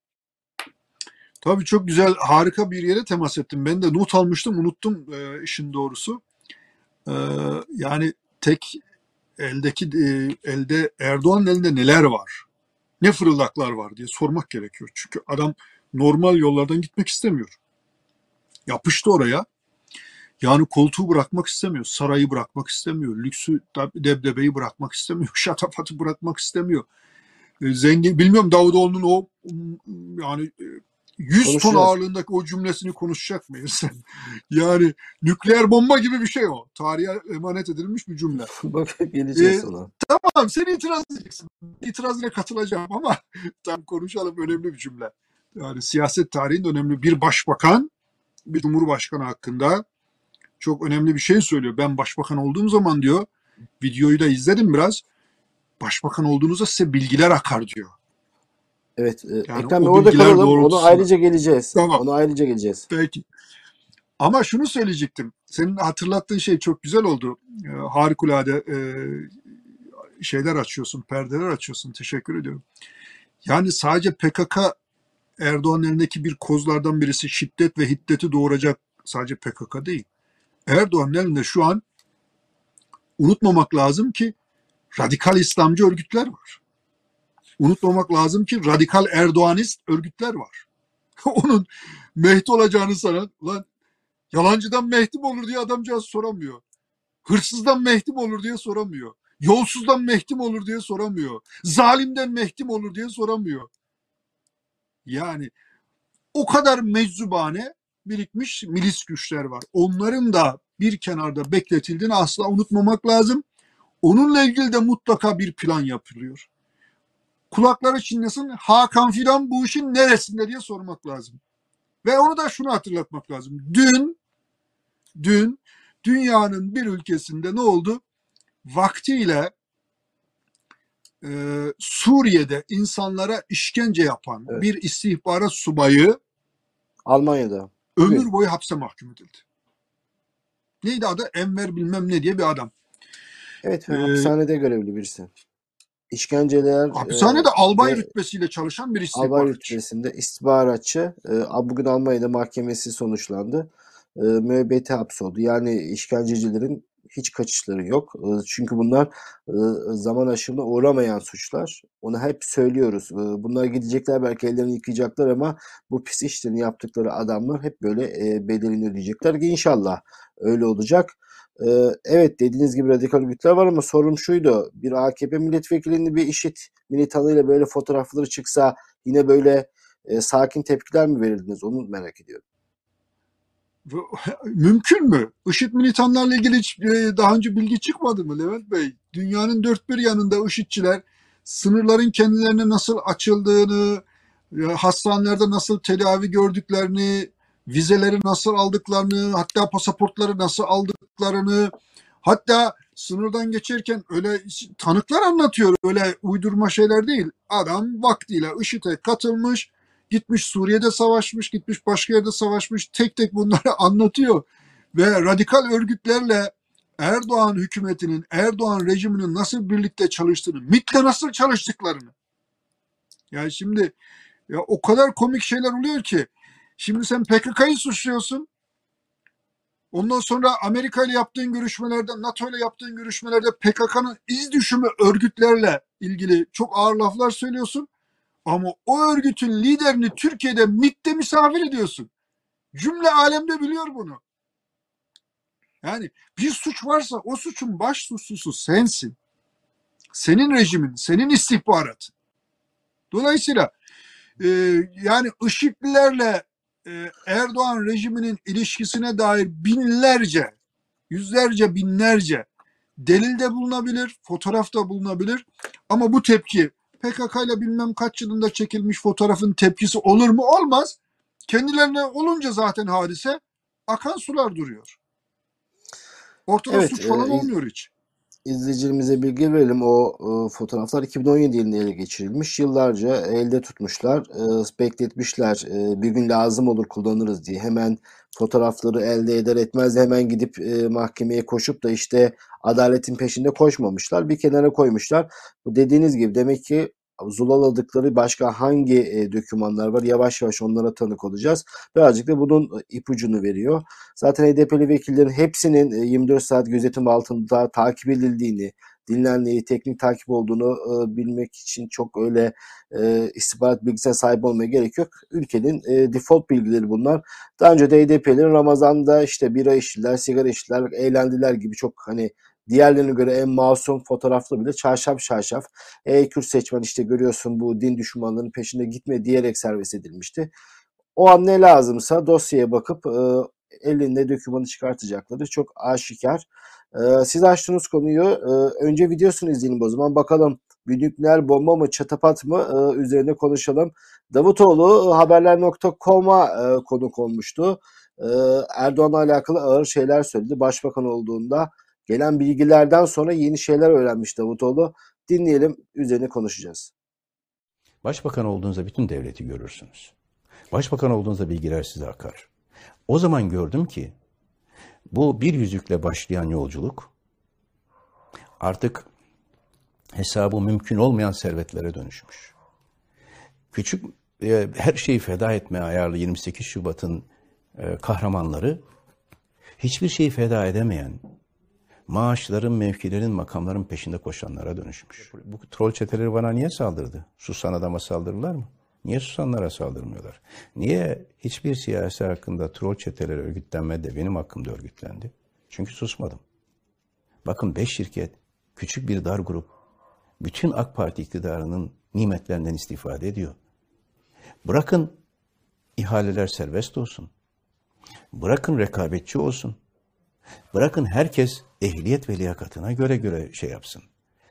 Speaker 3: Tabii çok güzel, harika bir yere temas ettim. Ben de not almıştım, unuttum e, işin doğrusu. E, yani tek eldeki e, elde Erdoğan'ın elinde neler var? Ne fırıldaklar var diye sormak gerekiyor. Çünkü adam normal yollardan gitmek istemiyor. Yapıştı oraya. Yani koltuğu bırakmak istemiyor, sarayı bırakmak istemiyor, lüksü, debdebeyi bırakmak istemiyor, şatafatı bırakmak istemiyor. E, Zengin, bilmiyorum Davutoğlu'nun o yani e, yüz ton
Speaker 1: Konuşacağız.
Speaker 3: ağırlığındaki o cümlesini konuşacak mıyız sen? Yani nükleer bomba gibi bir şey o. Tarihe emanet edilmiş bir cümle.
Speaker 1: Bak,
Speaker 3: E,
Speaker 1: geleceğiz ona.
Speaker 3: tamam, sen itiraz edeceksin. İtirazına katılacağım ama tam konuşalım, önemli bir cümle. Yani siyaset tarihinde önemli bir başbakan, bir cumhurbaşkanı hakkında çok önemli bir şey söylüyor. Ben başbakan olduğum zaman diyor, videoyu da izledim biraz. Başbakan olduğunuzda size bilgiler akar diyor.
Speaker 1: Evet, e,
Speaker 3: Yani
Speaker 1: Ekrem Bey
Speaker 3: o
Speaker 1: orada
Speaker 3: bilgiler
Speaker 1: kalalım. Ona
Speaker 3: doğrultusunda.
Speaker 1: ayrıca geleceğiz.
Speaker 3: Tamam,
Speaker 1: Ona ayrıca geleceğiz.
Speaker 3: peki. Ama şunu söyleyecektim. Senin hatırlattığın şey çok güzel oldu. Ee, harikulade e, şeyler açıyorsun, perdeler açıyorsun. Teşekkür ediyorum. Yani sadece P K K Erdoğan'ın elindeki bir kozlardan birisi, şiddet ve hiddeti doğuracak sadece P K K değil. Erdoğan'ın elinde şu an unutmamak lazım ki radikal İslamcı örgütler var. Unutmamak lazım ki radikal Erdoğanist örgütler var. Onun Mehdi olacağını sanan, lan yalancıdan Mehdi mi olur diye adamcağız soramıyor. Hırsızdan Mehdi mi olur diye soramıyor. Yolsuzdan Mehdi mi olur diye soramıyor. Zalimden Mehdi mi olur diye soramıyor. Yani o kadar meczubane birikmiş milis güçler var. Onların da bir kenarda bekletildiğini asla unutmamak lazım. Onunla ilgili de mutlaka bir plan yapılıyor. Kulakları çınlasın, Hakan filan bu işin neresinde diye sormak lazım. Ve onu da şunu hatırlatmak lazım. Dün, dün dünyanın bir ülkesinde ne oldu? Vaktiyle e, Suriye'de insanlara işkence yapan
Speaker 1: Evet.
Speaker 3: bir istihbarat subayı
Speaker 1: Almanya'da. Bugün.
Speaker 3: ömür boyu hapse mahkum edildi. Neydi adı? Enver bilmem ne diye bir adam.
Speaker 1: Evet,
Speaker 3: E,
Speaker 1: ve hapishanede görevli birisi. İşkenceler e,
Speaker 3: hapishanede albay
Speaker 1: ve
Speaker 3: rütbesiyle çalışan bir
Speaker 1: albay
Speaker 3: istihbaratçı.
Speaker 1: rütbesinde istihbaratçı. E, bugün Almanya'da mahkemesi sonuçlandı. E, müebbete hapsoldu. Yani işkencecilerin hiç kaçışları yok. E, çünkü bunlar e, zaman aşımına uğramayan suçlar. Onu hep söylüyoruz. E, bunlar gidecekler, belki ellerini yıkayacaklar ama bu pis işlerini yaptıkları adamlar hep böyle e, bedelini ödeyecekler. İnşallah öyle olacak. Ee, evet, dediğiniz gibi radikal örgütler var ama sorum şuydu. Bir A K P milletvekilinin bir IŞİD militanıyla böyle fotoğrafları çıksa yine böyle e, sakin tepkiler mi verirdiniz? Onu merak ediyorum.
Speaker 3: Mümkün mü? IŞİD militanlarla ilgili hiç e, daha önce bilgi çıkmadı mı Levent Bey? Dünyanın dört bir yanında IŞİD'çiler sınırların kendilerine nasıl açıldığını, e, hastanelerde nasıl tedavi gördüklerini, vizeleri nasıl aldıklarını, hatta pasaportları nasıl aldıklarını, hatta sınırdan geçerken öyle tanıklar anlatıyor, öyle uydurma şeyler değil. Adam vaktiyle IŞİD'e katılmış, gitmiş Suriye'de savaşmış, gitmiş başka yerde savaşmış, tek tek bunları anlatıyor. Ve radikal örgütlerle Erdoğan hükümetinin, Erdoğan rejiminin nasıl birlikte çalıştığını, MİT'le nasıl çalıştıklarını. Yani şimdi ya o kadar komik şeyler oluyor ki. Şimdi sen P K K'yı suçluyorsun. Ondan sonra Amerika ile yaptığın görüşmelerde, NATO ile yaptığın görüşmelerde P K K'nın iz düşümü örgütlerle ilgili çok ağır laflar söylüyorsun. Ama o örgütün liderini Türkiye'de M İ T'te misafir ediyorsun. Cümle alemde biliyor bunu. Yani bir suç varsa o suçun baş suçlusu sensin. Senin rejimin, senin istihbaratın. Dolayısıyla e, yani IŞİD'lilerle e, Erdoğan rejiminin ilişkisine dair binlerce, yüzlerce, binlerce delil de bulunabilir, fotoğraf da bulunabilir. Ama bu tepki P K K ile bilmem kaç yılında çekilmiş fotoğrafın tepkisi olur mu? Olmaz. Kendilerine olunca zaten hadise akan sular duruyor. Ortada
Speaker 1: Evet,
Speaker 3: suç
Speaker 1: e,
Speaker 3: falan
Speaker 1: iz-
Speaker 3: olmuyor hiç.
Speaker 1: izleyicilerimize bilgi verelim. O e, fotoğraflar iki bin on yedi yılında ele geçirilmiş. Yıllarca elde tutmuşlar, e, bekletmişler. E, bir gün lazım olur kullanırız diye. Hemen fotoğrafları elde eder etmez de hemen gidip e, mahkemeye koşup da işte adaletin peşinde koşmamışlar. Bir kenara koymuşlar. Bu dediğiniz gibi demek ki zulaladıkları başka hangi e, dokümanlar var? Yavaş yavaş onlara tanık olacağız. Birazcık da bunun ipucunu veriyor. Zaten H D P'li vekillerin hepsinin e, yirmi dört saat gözetim altında takip edildiğini, dinlendiği, teknik takip olduğunu e, bilmek için çok öyle e, istihbarat bilgisine sahip olmaya gerek yok. Ülkenin e, default bilgileri bunlar. Daha önce de H D P'lerin Ramazan'da işte bira içtiler, sigara içtiler, eğlendiler gibi çok hani diğerlerine göre en masum fotoğraflı bile çarşaf çarşaf. Ey Kürt seçmen işte görüyorsun bu din düşmanlarının peşinde gitme diyerek serbest edilmişti. O an ne lazımsa dosyaya bakıp e, elinde dokümanı çıkartacakları çok aşikar. E, siz açtığınız konuyu e, önce videosunu izleyelim o zaman. Bakalım bir nükleer bomba mı çatapat mı e, üzerine konuşalım. Davutoğlu haberler nokta com'a e, konuk olmuştu. E, Erdoğan'la alakalı ağır şeyler söyledi. Başbakan olduğunda gelen bilgilerden sonra yeni şeyler öğrenmiş Davutoğlu. Dinleyelim, üzerine konuşacağız.
Speaker 4: Başbakan olduğunuzda bütün devleti görürsünüz. Başbakan olduğunuzda bilgiler size akar. O zaman gördüm ki bu bir yüzükle başlayan yolculuk artık hesabı mümkün olmayan servetlere dönüşmüş. Küçük e, her şeyi feda etmeye ayarlı yirmi sekiz Şubat'ın e, kahramanları hiçbir şeyi feda edemeyen, maaşların, mevkilerin, makamların peşinde koşanlara dönüşmüş. Bu troll çeteleri bana niye saldırdı? Susan adama saldırırlar mı? Niye susanlara saldırmıyorlar? Niye hiçbir siyasi hakkında troll çeteleri örgütlenmedi de benim hakkımda örgütlendi? Çünkü susmadım. Bakın beş şirket, küçük bir dar grup, bütün AK Parti iktidarının nimetlerinden istifade ediyor. Bırakın ihaleler serbest olsun. Bırakın rekabetçi olsun. Bırakın herkes ehliyet ve liyakatına göre göre şey yapsın.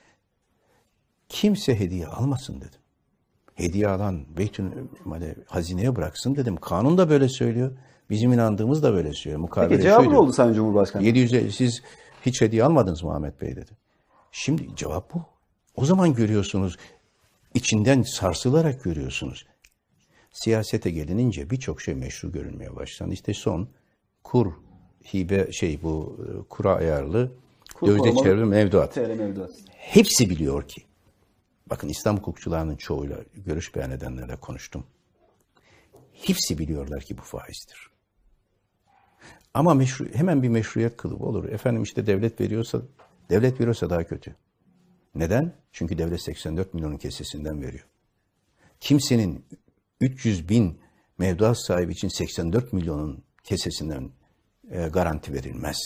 Speaker 4: Kimse hediye almasın dedim. Hediye alan Beytül Mal'e, hazineye bıraksın dedim. Kanun da böyle söylüyor. Bizim inandığımız da böyle söylüyor. Mukabele
Speaker 5: Peki cevabı
Speaker 4: şuydu.
Speaker 5: ne oldu Sayın Cumhurbaşkanı?
Speaker 4: yedi yüze siz hiç hediye almadınız mı Ahmet Bey dedi. Şimdi cevap bu. O zaman görüyorsunuz, içinden sarsılarak görüyorsunuz. Siyasete gelinince birçok şey meşru görünmeye başlandı. İşte son kur, hibe şey bu kura ayarlı
Speaker 5: Kur
Speaker 4: dövizde
Speaker 5: korumalı
Speaker 4: çevre mevduat.
Speaker 5: T L mevduat.
Speaker 4: Hepsi biliyor ki. Bakın İslam hukukçularının çoğuyla görüş beyan edenlerle konuştum. Hepsi biliyorlar ki bu faizdir. Ama meşru, hemen bir meşruiyet kılıbı olur. Efendim işte devlet veriyorsa, devlet veriyorsa daha kötü. Neden? Çünkü devlet seksen dört milyonun kesesinden veriyor. Kimsenin üç yüz bin mevduat sahibi için seksen dört milyonun kesesinden e, garanti verilmez.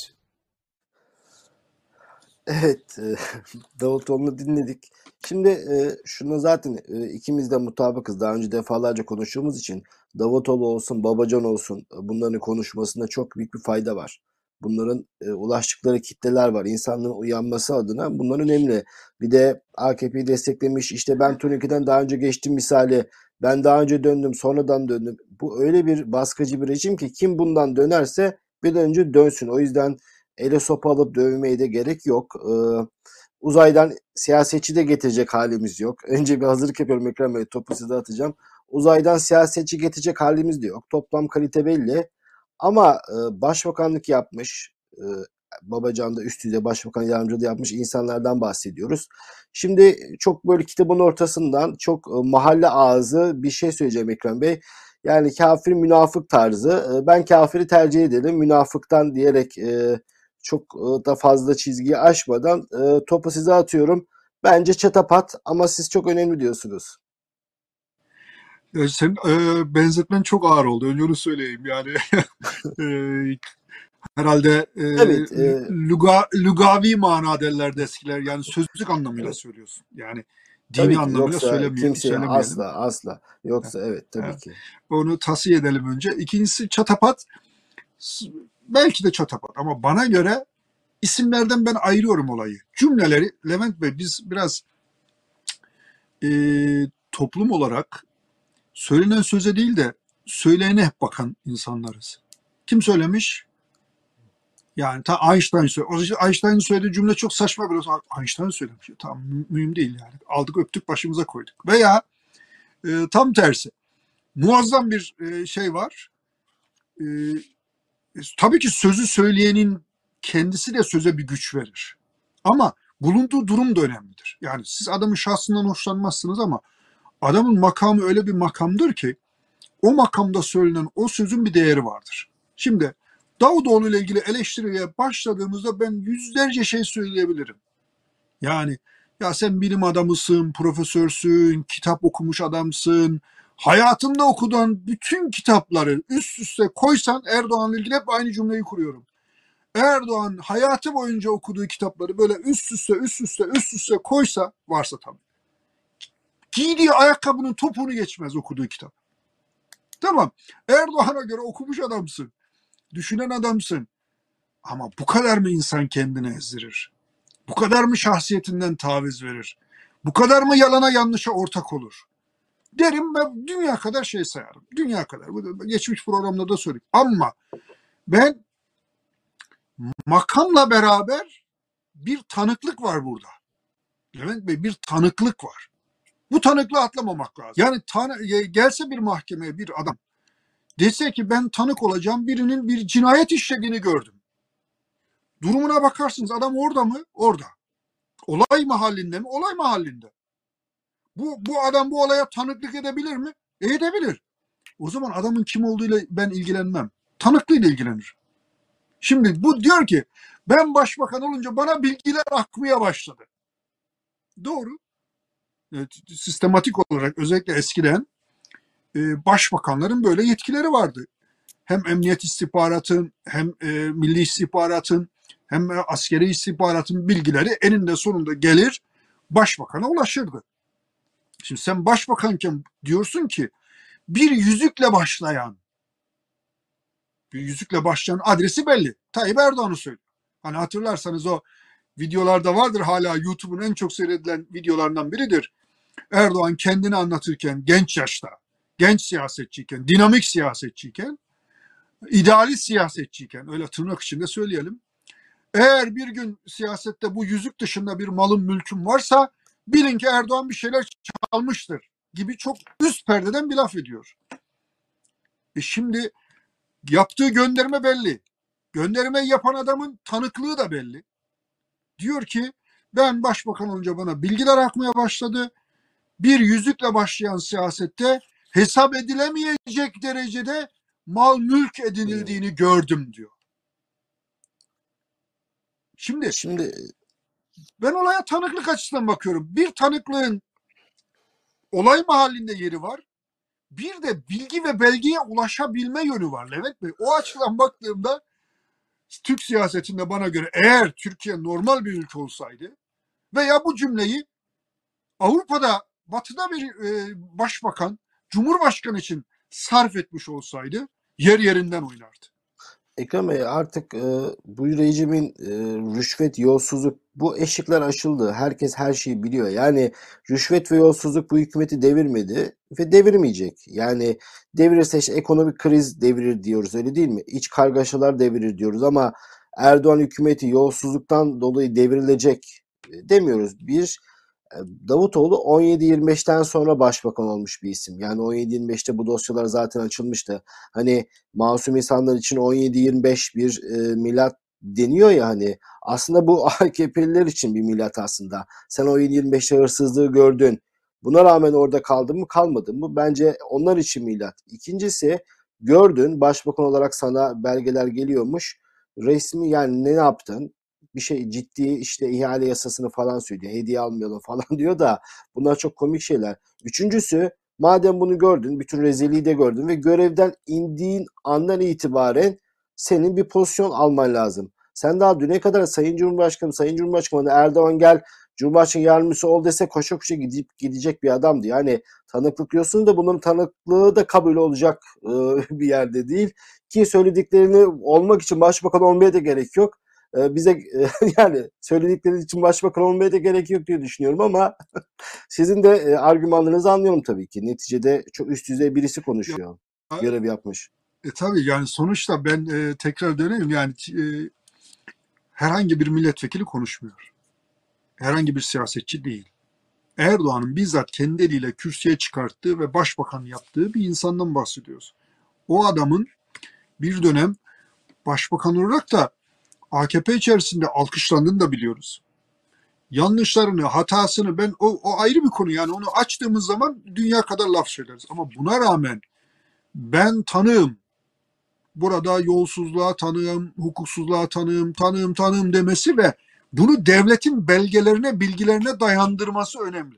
Speaker 1: Evet, e, Davutoğlu'nu dinledik. Şimdi e, şuna zaten e, ikimiz de mutabıkız. Daha önce defalarca konuştuğumuz için Davutoğlu olsun, Babacan olsun e, bunların konuşmasında çok büyük bir fayda var. Bunların e, ulaştıkları kitleler var. İnsanların uyanması adına bunlar önemli. Bir de A K P'yi desteklemiş. İşte ben Turnike'den daha önce geçtim misali. Ben daha önce döndüm, sonradan döndüm. Bu öyle bir baskıcı bir rejim ki kim bundan dönerse bir an önce dönsün. O yüzden ele sopa alıp dövmeye de gerek yok. Ee, uzaydan siyasetçi de getirecek halimiz yok. Önce bir hazırlık yapıyorum Ekrem Bey. Topu size atacağım. Uzaydan siyasetçi getirecek halimiz de yok. Toplam kalite belli. Ama e, başbakanlık yapmış. E, Babacan da üst düzey başbakan yardımcılığı yapmış insanlardan bahsediyoruz. Şimdi çok böyle kitabın ortasından çok e, mahalle ağzı bir şey söyleyeceğim Ekrem Bey. Yani kafir münafık tarzı. E, ben kafiri tercih ederim münafıktan diyerek e, çok e, da fazla çizgiyi aşmadan e, topu size atıyorum. Bence çatapat ama siz çok önemli diyorsunuz.
Speaker 3: E, Senin e, benzetmen çok ağır oldu. Önce onu söyleyeyim. Yani e, herhalde e,
Speaker 1: Evet, e,
Speaker 3: luga, lugavi mana derlerdi eskiler. Yani sözlük anlamıyla söylüyorsun. Yani dini
Speaker 1: tabii ki
Speaker 3: anlamıyla
Speaker 1: yoksa
Speaker 3: söyleme,
Speaker 1: kimseye
Speaker 3: söylemeyelim.
Speaker 1: asla asla yoksa evet tabii
Speaker 3: Yani
Speaker 1: ki.
Speaker 3: onu tasfiye edelim önce. İkincisi çatapat. S- Belki de çatapat ama bana göre isimlerden ben ayırıyorum olayı. Cümleleri Levent Bey biz biraz e, toplum olarak söylenen söze değil de söyleyene hep bakan insanlarız. Kim söylemiş? Yani ta Einstein söyledi. Einstein'ın söylediği cümle çok saçma biraz. Einstein söylemiş. Tamam mü- mühim değil yani. Aldık öptük başımıza koyduk. Veya e, tam tersi. Muazzam bir e, şey var. E, tabii ki sözü söyleyenin kendisi de söze bir güç verir. Ama bulunduğu durum da önemlidir. Yani siz adamın şahsından hoşlanmazsınız ama adamın makamı öyle bir makamdır ki o makamda söylenen o sözün bir değeri vardır. Şimdi Davutoğlu ile ilgili eleştiriye başladığımızda ben yüzlerce şey söyleyebilirim. Yani ya sen bilim adamısın, profesörsün, kitap okumuş adamsın. Hayatımda okuduğun bütün kitapları üst üste koysan Erdoğan'la ilgili hep aynı cümleyi kuruyorum. Erdoğan hayatı boyunca okuduğu kitapları böyle üst üste üst üste üst üste koysa varsa tabii. Giydiği ayakkabının topuğunu geçmez okuduğu kitap. Tamam. Erdoğan'a göre okumuş adamsın. Düşünen adamsın. Ama bu kadar mı insan kendini ezdirir? Bu kadar mı şahsiyetinden taviz verir? Bu kadar mı yalana yanlışa ortak olur? Derim ben dünya kadar şey sayarım. Dünya kadar. Bu geçmiş programlarda söyledik. Ama ben makamla beraber bir tanıklık var burada. Levent Bey bir tanıklık var. Bu tanıklığı atlamamak lazım. Yani tanı, gelse bir mahkemeye bir adam dese ki ben tanık olacağım birinin bir cinayet işlediğini gördüm. Durumuna bakarsınız adam orada mı? Orada. Olay mahallinde mi? Olay mahallinde. Bu, bu adam bu olaya tanıklık edebilir mi? E, edebilir. O zaman adamın kim olduğuyla ben ilgilenmem. Tanıklığıyla ilgilenir. Şimdi bu diyor ki ben başbakan olunca bana bilgiler akmaya başladı. Doğru. Evet, sistematik olarak özellikle eskiden e, başbakanların böyle yetkileri vardı. Hem emniyet istihbaratın hem e, milli istihbaratın hem e, askeri istihbaratın bilgileri eninde sonunda gelir başbakana ulaşırdı. Şimdi sen başbakanken diyorsun ki bir yüzükle başlayan bir yüzükle başlayan adresi belli. Tayyip Erdoğan'ı söylüyor. Hani hatırlarsanız o videolarda vardır hala YouTube'un en çok seyredilen videolarından biridir. Erdoğan kendini anlatırken genç yaşta, genç siyasetçiyken, dinamik siyasetçiyken, idealist siyasetçiyken öyle tırnak içinde söyleyelim. Eğer bir gün siyasette bu yüzük dışında bir malın mülkün varsa bilin ki Erdoğan bir şeyler çalmıştır gibi çok üst perdeden bir laf ediyor. E şimdi yaptığı gönderme belli. Göndermeyi yapan adamın tanıklığı da belli. Diyor ki ben başbakan olunca bana bilgiler akmaya başladı. Bir yüzükle başlayan siyasette hesap edilemeyecek derecede mal mülk edinildiğini gördüm diyor. Şimdi
Speaker 1: Şimdi
Speaker 3: ben olaya tanıklık açısından bakıyorum. Bir tanıklığın olay mahallinde yeri var. Bir de bilgi ve belgeye ulaşabilme yönü var Levent Bey. O açıdan baktığımda Türk siyasetinde bana göre eğer Türkiye normal bir ülke olsaydı veya bu cümleyi Avrupa'da, Batı'da bir e, başbakan, cumhurbaşkanı için sarf etmiş olsaydı yer yerinden oynardı.
Speaker 1: Ekrem Bey artık e, bu rejimin e, rüşvet, yolsuzluk bu eşikler aşıldı. Herkes her şeyi biliyor. Yani rüşvet ve yolsuzluk bu hükümeti devirmedi ve devirmeyecek. Yani devirirse işte ekonomik kriz devirir diyoruz öyle değil mi? İç kargaşalar devirir diyoruz ama Erdoğan hükümeti yolsuzluktan dolayı devrilecek e, demiyoruz. Bir e, Davutoğlu on yedi yirmi beşten sonra başbakan olmuş bir isim. Yani on yedi yirmi beşte bu dosyalar zaten açılmıştı. Hani masum insanlar için on yedi yirmi beş bir e, milat deniyor ya hani aslında bu A K P'liler için bir milat aslında. Sen on yedi yirmi beşte hırsızlığı gördün. Buna rağmen orada kaldın mı kalmadın mı? Bence onlar için milat. İkincisi, gördün başbakan olarak sana belgeler geliyormuş. Resmi yani ne yaptın? Bir şey ciddi işte ihale yasasını falan söylüyor. Hediye almayalım falan diyor da bunlar çok komik şeyler. Üçüncüsü, madem bunu gördün, bütün rezilliği de gördün ve görevden indiğin andan itibaren senin bir pozisyon alman lazım. Sen daha düne kadar Sayın Cumhurbaşkanı, Sayın Cumhurbaşkanı Erdoğan gel Cumhurbaşkanı yardımcısı ol dese koşa koşa gidip gidecek bir adamdı. Yani tanıklık diyorsun da bunun tanıklığı da kabul olacak e, bir yerde değil. Ki söylediklerini olmak için başbakan olmaya da gerek yok. E, bize e, yani söyledikleri için başbakan olmaya da gerek yok diye düşünüyorum ama sizin de e, argümanlarınızı anlıyorum tabii ki. Neticede çok üst düzey birisi konuşuyor.
Speaker 3: Ya,
Speaker 1: Görev yapmış.
Speaker 3: e, tabii yani sonuçta ben e, tekrar döneyim yani e, herhangi bir milletvekili konuşmuyor. Herhangi bir siyasetçi değil. Erdoğan'ın bizzat kendi eliyle kürsüye çıkarttığı ve başbakan yaptığı bir insandan bahsediyoruz. O adamın bir dönem başbakan olarak da A K P içerisinde alkışlandığını da biliyoruz. Yanlışlarını, hatasını ben o, o ayrı bir konu yani onu açtığımız zaman dünya kadar laf söyleriz. Ama buna rağmen ben tanığım, burada yolsuzluğa tanığım, hukuksuzluğa tanığım, tanığım, tanığım demesi ve bunu devletin belgelerine, bilgilerine dayandırması önemli.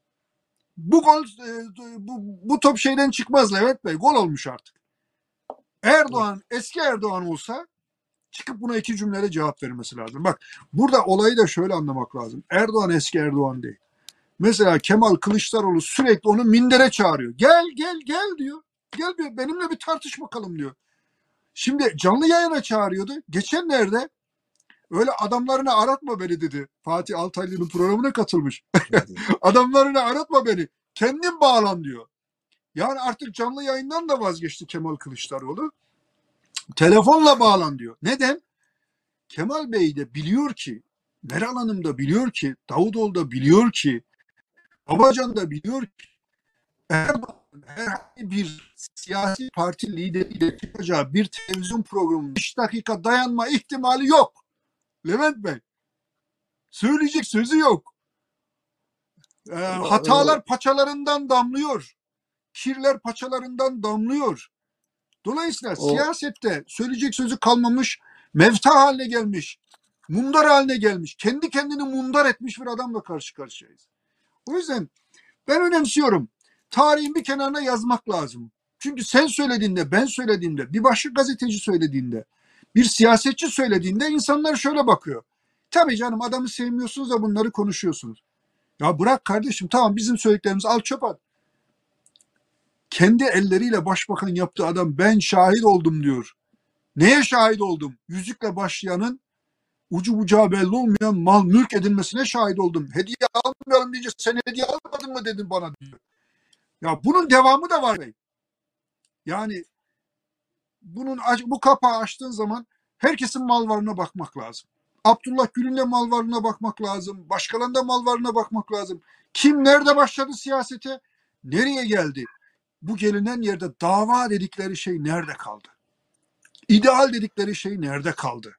Speaker 3: Bu gol, e, bu, bu top şeyden çıkmaz Levent Bey. Gol olmuş artık. Erdoğan, eski Erdoğan olsa çıkıp buna iki cümleyle cevap vermesi lazım. Bak burada olayı da şöyle anlamak lazım. Erdoğan eski Erdoğan değil. Mesela Kemal Kılıçdaroğlu sürekli onu mindere çağırıyor. Gel gel gel diyor. Gel bir, benimle bir tartış bakalım diyor. Şimdi canlı yayına çağırıyordu. Geçenlerde öyle adamlarını aratma beni dedi. Fatih Altaylı'nın programına katılmış. Adamlarını aratma beni. Kendin bağlan diyor. Yani artık canlı yayından da vazgeçti Kemal Kılıçdaroğlu. Telefonla bağlan diyor. Neden? Kemal Bey de biliyor ki, Meral Hanım da biliyor ki, Davutoğlu da biliyor ki, Babacan da biliyor ki, Erdoğan herhangi bir siyasi parti lideriyle çıkacağı bir televizyon programının beş dakika dayanma ihtimali yok. Levent Bey, söyleyecek sözü yok. Ee, hatalar paçalarından damlıyor. Kirler paçalarından damlıyor. Dolayısıyla
Speaker 1: O,
Speaker 3: siyasette söyleyecek sözü kalmamış, mevta haline gelmiş, mundar haline gelmiş, kendi kendini mundar etmiş bir adamla karşı karşıyayız. O yüzden ben önemsiyorum. Tarihin bir kenarına yazmak lazım. Çünkü sen söylediğinde, ben söylediğimde, bir başka gazeteci söylediğinde, bir siyasetçi söylediğinde insanlar şöyle bakıyor. Tabii canım adamı sevmiyorsunuz da bunları konuşuyorsunuz. Ya bırak kardeşim tamam bizim söylediklerimizi al çöp at. Kendi elleriyle başbakan yaptığı adam ben şahit oldum diyor. Neye şahit oldum? Yüzükle başlayanın ucu bucağı belli olmayan mal mülk edilmesine şahit oldum. Hediye almayalım deyince sen hediye almadın mı dedin bana diyor. Ya bunun devamı da var. Yani bunun bu kapağı açtığın zaman herkesin mal varlığına bakmak lazım. Abdullah Gül'ün de mal varlığına bakmak lazım. Başkalarının da mal varlığına bakmak lazım. Kim nerede başladı siyasete? Nereye geldi? Bu gelinen yerde dava dedikleri şey nerede kaldı? İdeal dedikleri şey nerede kaldı?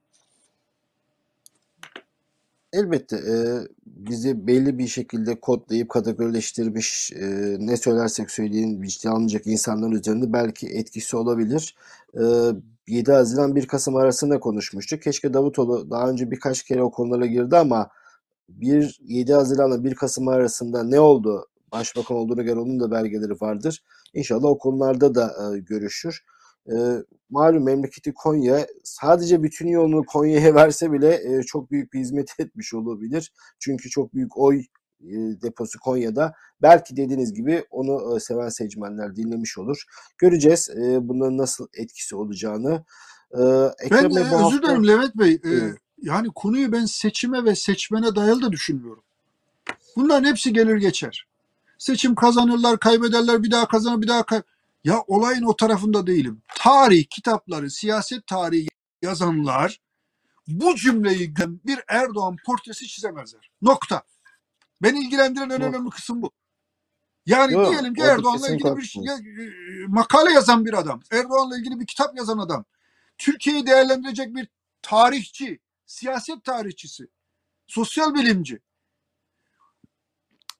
Speaker 1: elbette e, bizi belli bir şekilde kodlayıp kategorileştirmiş e, ne söylersek söyleyin ciddiye alınacak insanların üzerinde belki etkisi olabilir. E, yedi Haziran bir Kasım arasında konuşmuştuk. Keşke Davutoğlu daha önce birkaç kere o konulara girdi ama bir yedi Haziran'la bir Kasım arasında ne oldu? Başbakan olduğuna göre onun da belgeleri vardır. İnşallah o konularda da e, görüşür. E, malum memleketi Konya sadece bütün yolunu Konya'ya verse bile e, çok büyük bir hizmet etmiş olabilir. Çünkü çok büyük oy e, deposu Konya'da. Belki dediğiniz gibi onu e, seven seçmenler dinlemiş olur. Göreceğiz e, bunların nasıl etkisi olacağını. E,
Speaker 3: Ben
Speaker 1: Ekrem Bey
Speaker 3: e,
Speaker 1: bu
Speaker 3: özür
Speaker 1: hafta...
Speaker 3: dilerim Levent Bey. E,
Speaker 1: Buyurun.
Speaker 3: yani konuyu ben seçime ve seçmene dayalı da düşünmüyorum. Bunların hepsi gelir geçer. Seçim kazanırlar, kaybederler, bir daha kazanır, bir daha kay Ya olayın o tarafında değilim. Tarih kitapları, siyaset tarihi yazanlar bu cümleyi bir Erdoğan portresi çizemezler. Nokta. Beni ilgilendiren en önemli
Speaker 1: Yok.
Speaker 3: kısım bu. Yani
Speaker 1: Yok,
Speaker 3: diyelim ki
Speaker 1: orada
Speaker 3: Erdoğan'la
Speaker 1: kesinlikle
Speaker 3: ilgili bir şey,
Speaker 1: haklısınız.
Speaker 3: makale yazan bir adam, Erdoğan'la ilgili bir kitap yazan adam, Türkiye'yi değerlendirecek bir tarihçi, siyaset tarihçisi, sosyal bilimci.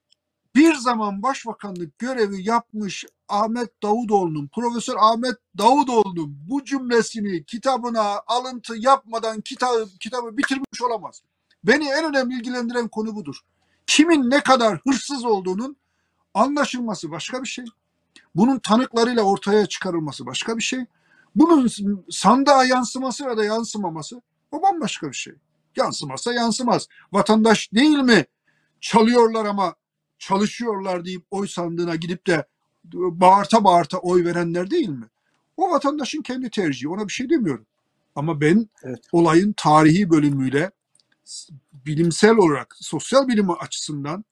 Speaker 3: bir zaman başbakanlık görevi yapmış Ahmet Davutoğlu'nun, Profesör Ahmet Davutoğlu'nun bu cümlesini kitabına alıntı yapmadan kitabı, kitabı bitirmiş olamaz. Beni en önemli ilgilendiren konu budur. Kimin ne kadar hırsız olduğunun anlaşılması başka bir şey. Bunun tanıklarıyla ortaya çıkarılması başka bir şey. Bunun sandığa yansıması ya da yansımaması o bambaşka bir şey. Yansımazsa yansımaz. Vatandaş değil mi? Çalıyorlar ama çalışıyorlar deyip oy sandığına gidip de bağırta bağırta oy verenler değil mi? O vatandaşın kendi tercihi. Ona bir şey demiyorum. Ama ben
Speaker 1: Evet.
Speaker 3: olayın tarihi bölümüyle bilimsel olarak, sosyal bilimi açısından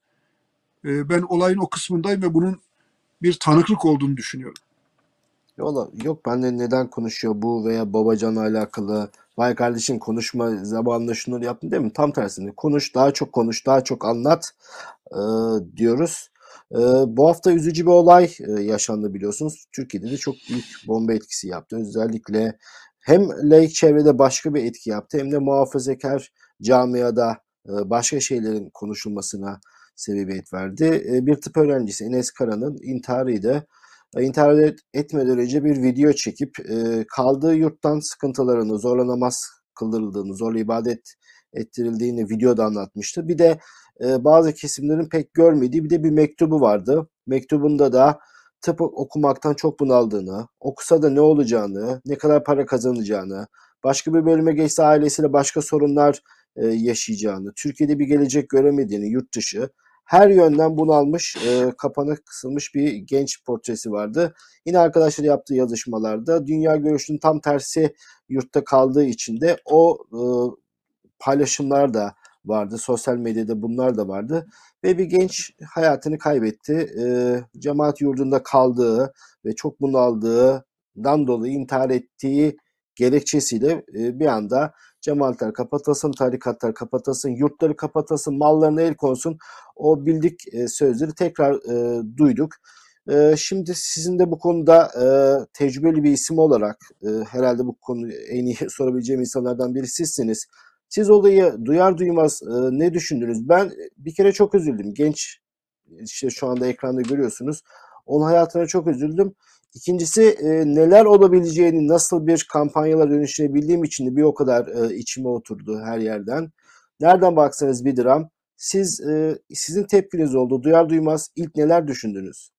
Speaker 3: ben olayın o kısmındayım ve bunun bir tanıklık olduğunu düşünüyorum.
Speaker 1: Yola, yok ben de neden konuşuyor bu veya Babacan'la alakalı. Vay kardeşim konuşma zamanında şunları yaptın değil mi? Tam tersine konuş, daha çok konuş, daha çok anlat e, diyoruz. E, bu hafta üzücü bir olay e, yaşandı biliyorsunuz. Türkiye'de de çok büyük bomba etkisi yaptı. Özellikle hem laik çevrede başka bir etki yaptı hem de muhafazakar camiada e, başka şeylerin konuşulmasına sebebiyet verdi. E, bir tıp öğrencisi Enes Kara'nın intiharıydı. İntihar etmeden önce bir video çekip e, kaldığı yurttan sıkıntılarını, zorla namaz kıldırıldığını, zorla ibadet ettirildiğini videoda anlatmıştı. Bir de e, bazı kesimlerin pek görmediği bir de bir mektubu vardı. Mektubunda da tıp okumaktan çok bunaldığını, okusa da ne olacağını, ne kadar para kazanacağını, başka bir bölüme geçse ailesiyle başka sorunlar e, yaşayacağını, Türkiye'de bir gelecek göremediğini, yurt dışı, her yönden bunalmış, e, kapana kısılmış bir genç portresi vardı. Yine arkadaşlar yaptığı yazışmalarda dünya görüşünün tam tersi yurtta kaldığı için de o e, paylaşımlar da vardı. Sosyal medyada bunlar da vardı. Ve bir genç hayatını kaybetti. E, cemaat yurdunda kaldığı ve çok bunaldığından dolayı intihar ettiği gerekçesiyle e, bir anda cemaatler kapatılsın, tarikatlar kapatılsın, yurtları kapatılsın, mallarına el konsun. O bildik e, sözleri tekrar e, duyduk. E, şimdi sizin de bu konuda e, tecrübeli bir isim olarak e, herhalde bu konuyu en iyi sorabileceğim insanlardan biri sizsiniz. Siz olayı duyar duymaz e, ne düşündünüz? Ben bir kere çok üzüldüm. Genç, işte şu anda ekranda görüyorsunuz. Onun hayatına çok üzüldüm. İkincisi e, neler olabileceğini, nasıl bir kampanyalar dönüştürebildiğim için de bir o kadar e, içime oturdu her yerden. Nereden baksanız bir dram. Siz e, sizin tepkiniz oldu. Duyar duymaz ilk neler düşündünüz?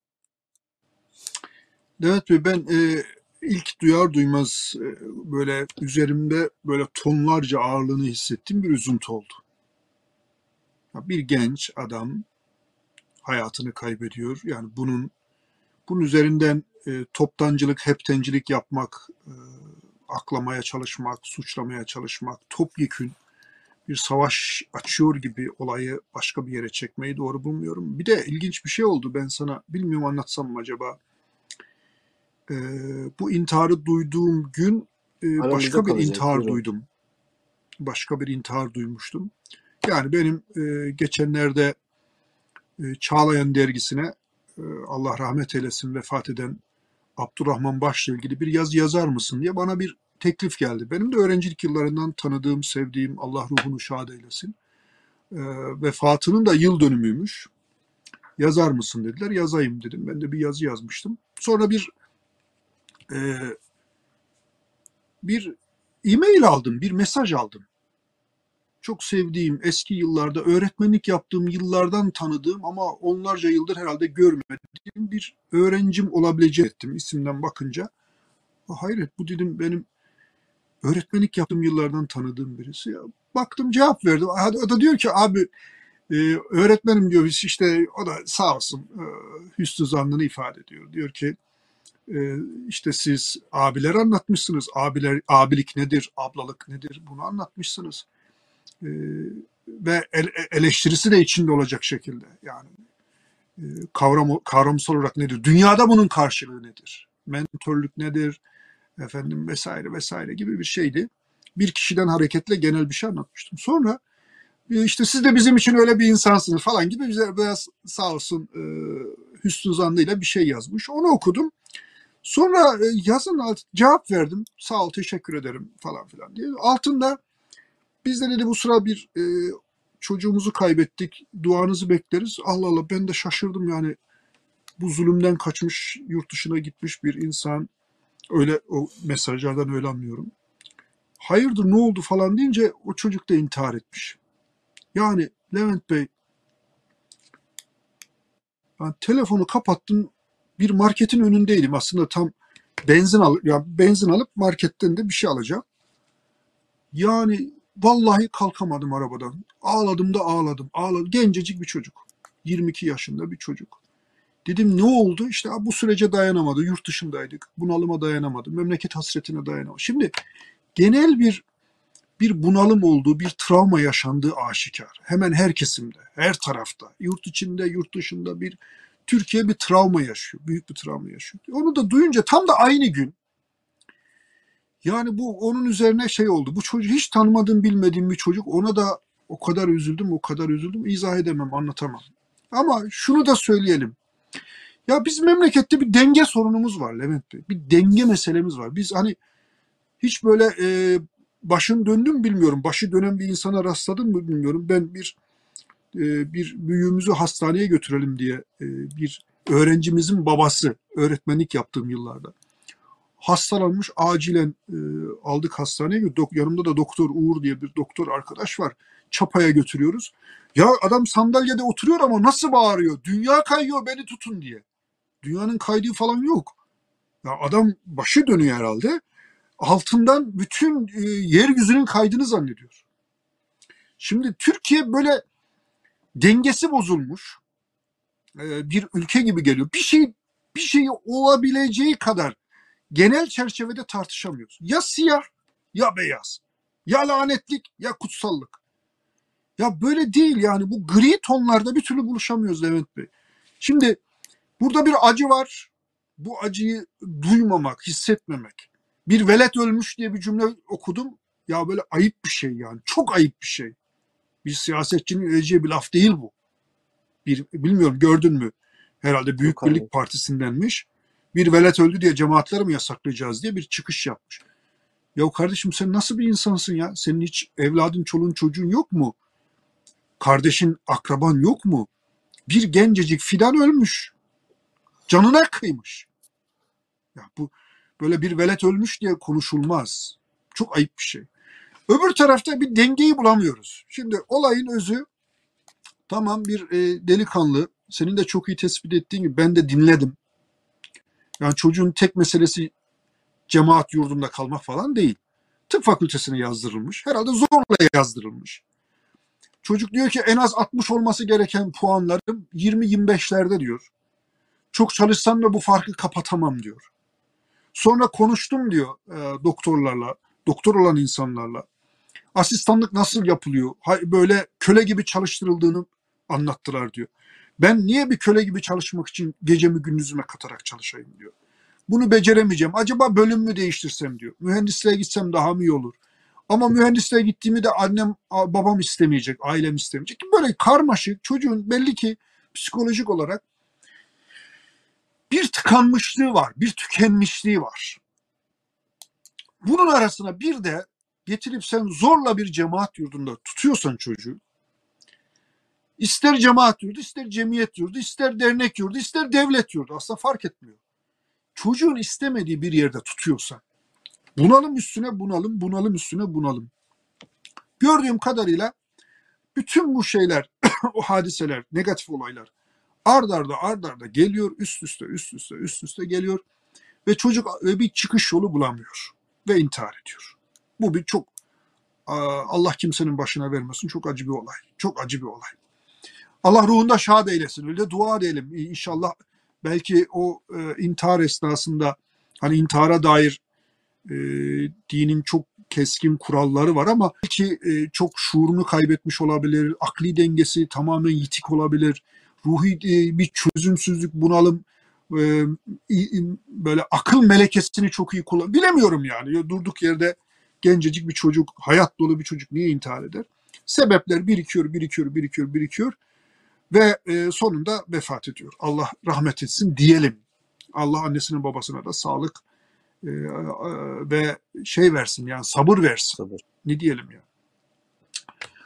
Speaker 3: Evet Bey, ben e, ilk duyar duymaz e, böyle üzerimde böyle tonlarca ağırlığını hissettiğim bir üzüntü oldu. Bir genç adam hayatını kaybediyor. Yani bunun bunun üzerinden e, toptancılık, heptencilik yapmak, e, aklamaya çalışmak, suçlamaya çalışmak, topyekün bir savaş açıyor gibi olayı başka bir yere çekmeyi doğru bulmuyorum. Bir de ilginç bir şey oldu. Ben sana bilmiyorum anlatsam mı acaba? Ee, bu intiharı duyduğum gün e,
Speaker 1: Aramızda
Speaker 3: başka bir
Speaker 1: kalacak.
Speaker 3: intihar
Speaker 1: Buyurun.
Speaker 3: duydum. Başka bir intihar duymuştum. Yani benim e, geçenlerde e, Çağlayan dergisine e, Allah rahmet eylesin vefat eden Abdurrahman Baş'la ilgili bir yazı yazar mısın diye bana bir teklif geldi. Benim de öğrencilik yıllarından tanıdığım, sevdiğim, Allah ruhunu şad eylesin. E, vefatının da yıl dönümüymüş. Yazar mısın dediler. Yazayım dedim. Ben de bir yazı yazmıştım. Sonra bir e, bir e-mail aldım, bir mesaj aldım. Çok sevdiğim, eski yıllarda öğretmenlik yaptığım yıllardan tanıdığım ama onlarca yıldır herhalde görmediğim bir öğrencim olabileceğini ettim isimden bakınca. Hayret, bu dedim benim öğretmenlik yaptığım yıllardan tanıdığım birisi. Ya, baktım cevap verdim. O da diyor ki abi e, öğretmenim diyor işte o da sağ olsun e, hüsnü zannını ifade ediyor. Diyor ki e, işte siz abiler anlatmışsınız. Abiler, abilik nedir, ablalık nedir bunu anlatmışsınız. E, ve el, eleştirisi de içinde olacak şekilde. Yani e, kavram, kavramsal olarak nedir? Dünyada bunun karşılığı nedir? Mentörlük nedir? Efendim vesaire vesaire gibi bir şeydi. Bir kişiden hareketle genel bir şey anlatmıştım. Sonra e, işte siz de bizim için öyle bir insansınız falan gibi bize biraz sağ olsun e, hüsnü zannıyla bir şey yazmış. Onu okudum. Sonra e, yazın alt, cevap verdim. Sağ ol, teşekkür ederim falan filan diye. Altında biz de dedi bu sıra bir e, çocuğumuzu kaybettik, duanızı bekleriz. Allah Allah, ben de şaşırdım yani. Bu zulümden kaçmış, yurt dışına gitmiş bir insan. Öyle, o mesajlardan öyle anlıyorum. Hayırdır, ne oldu falan deyince o çocuk da intihar etmiş. Yani Levent Bey, ben telefonu kapattım, bir marketin önündeydim. Aslında tam benzin al ya benzin alıp marketten de bir şey alacağım. Yani vallahi kalkamadım arabadan. Ağladım da ağladım. Ağladım. Gencecik bir çocuk. yirmi iki yaşında bir çocuk. Dedim ne oldu? İşte bu sürece dayanamadı. Yurt dışındaydık. Bunalıma dayanamadı. Memleket hasretine dayanamadı. Şimdi genel bir bir bunalım olduğu, bir travma yaşandığı aşikar. Hemen her kesimde, her tarafta, yurt içinde, yurt dışında bir Türkiye bir travma yaşıyor. Büyük bir travma yaşıyor. Onu da duyunca tam da aynı gün, yani bu onun üzerine şey oldu. Bu çocuk hiç tanımadığım, bilmediğim bir çocuk. Ona da o kadar üzüldüm, o kadar üzüldüm. İzah edemem, anlatamam. Ama şunu da söyleyelim. Ya biz memlekette bir denge sorunumuz var Levent Bey. Bir denge meselemiz var. Biz hani hiç böyle e, başın döndü mü bilmiyorum. Başı dönen bir insana rastladım mı bilmiyorum. Ben bir e, bir büyüğümüzü hastaneye götürelim diye e, bir öğrencimizin babası, öğretmenlik yaptığım yıllarda hastalanmış, acilen e, aldık hastaneye. Dok- yanımda da Doktor Uğur diye bir doktor arkadaş var. Çapa'ya götürüyoruz. Ya adam sandalyede oturuyor ama nasıl bağırıyor? Dünya kayıyor, beni tutun diye. Dünyanın kaydığı falan yok. Ya adam başı dönüyor herhalde. Altından bütün e, yeryüzünün kaydığını zannediyor. Şimdi Türkiye böyle dengesi bozulmuş e, bir ülke gibi geliyor. Bir şey bir şeyi olabileceği kadar genel çerçevede tartışamıyoruz. Ya siyah ya beyaz. Ya lanetlik ya kutsallık. Ya böyle değil yani, bu gri tonlarda bir türlü buluşamıyoruz Levent Bey. Şimdi burada bir acı var. Bu acıyı duymamak, hissetmemek. Bir velet ölmüş diye bir cümle okudum. Ya böyle ayıp bir şey yani. Çok ayıp bir şey. Bir siyasetçinin edeceği bir laf değil bu. Bir, bilmiyorum gördün mü? Herhalde Büyük
Speaker 1: Yok abi.
Speaker 3: Birlik Partisi'ndenmiş. Bir velet öldü diye cemaatleri mi yasaklayacağız diye bir çıkış yapmış. Ya kardeşim, sen nasıl bir insansın ya? Senin hiç evladın, çoluğun, çocuğun yok mu? Kardeşin, akraban yok mu? Bir gencecik fidan ölmüş. Canına kıymış. Ya bu böyle bir velet ölmüş diye konuşulmaz. Çok ayıp bir şey. Öbür tarafta bir dengeyi bulamıyoruz. Şimdi olayın özü, tamam, bir e, delikanlı, senin de çok iyi tespit ettiğin gibi ben de dinledim. Yani çocuğun tek meselesi cemaat yurdunda kalmak falan değil. Tıp fakültesine yazdırılmış. Herhalde zorla yazdırılmış. Çocuk diyor ki en az altmış olması gereken puanlarım yirmi yirmi beşlerde diyor. Çok çalışsam da bu farkı kapatamam diyor. Sonra konuştum diyor e, doktorlarla, doktor olan insanlarla. Asistanlık nasıl yapılıyor? Böyle köle gibi çalıştırıldığını anlattılar diyor. Ben niye bir köle gibi çalışmak için gecemi gündüzüme katarak çalışayım diyor. Bunu beceremeyeceğim. Acaba bölüm mü değiştirsem diyor. Mühendisliğe gitsem daha mı iyi olur? Ama mühendisliğe gittiğimi de annem, babam istemeyecek, ailem istemeyecek. Böyle karmaşık, çocuğun belli ki psikolojik olarak bir tıkanmışlığı var, bir tükenmişliği var. Bunun arasına bir de getirip sen zorla bir cemaat yurdunda tutuyorsan çocuğu, ister cemaat yurdu, ister cemiyet yurdu, ister dernek yurdu, ister devlet yurdu, aslında fark etmiyor. Çocuğun istemediği bir yerde tutuyorsan, bunalım üstüne bunalım, bunalım üstüne bunalım. Gördüğüm kadarıyla bütün bu şeyler, o hadiseler, negatif olaylar ard arda ard arda geliyor, üst üste, üst üste, üst üste geliyor ve çocuk bir çıkış yolu bulamıyor ve intihar ediyor. Bu bir çok, Allah kimsenin başına vermesin, çok acı bir olay. Çok acı bir olay. Allah ruhunda şad eylesin. Öyle dua edelim. İnşallah belki o e, intihar esnasında, hani intihara dair e, dinin çok keskin kuralları var ama belki e, çok şuurunu kaybetmiş olabilir. Akli dengesi tamamen yitik olabilir. Ruhi e, bir çözümsüzlük, bunalım, e, böyle akıl melekesini çok iyi kullan. Bilemiyorum yani. Durduk yerde gencecik bir çocuk, hayat dolu bir çocuk niye intihar eder? Sebepler birikiyor, birikiyor, birikiyor, birikiyor ve e, sonunda vefat ediyor. Allah rahmet etsin diyelim. Allah annesinin babasına da sağlık e, e, ve şey versin, yani sabır versin.
Speaker 1: Sabır.
Speaker 3: Ne diyelim ya.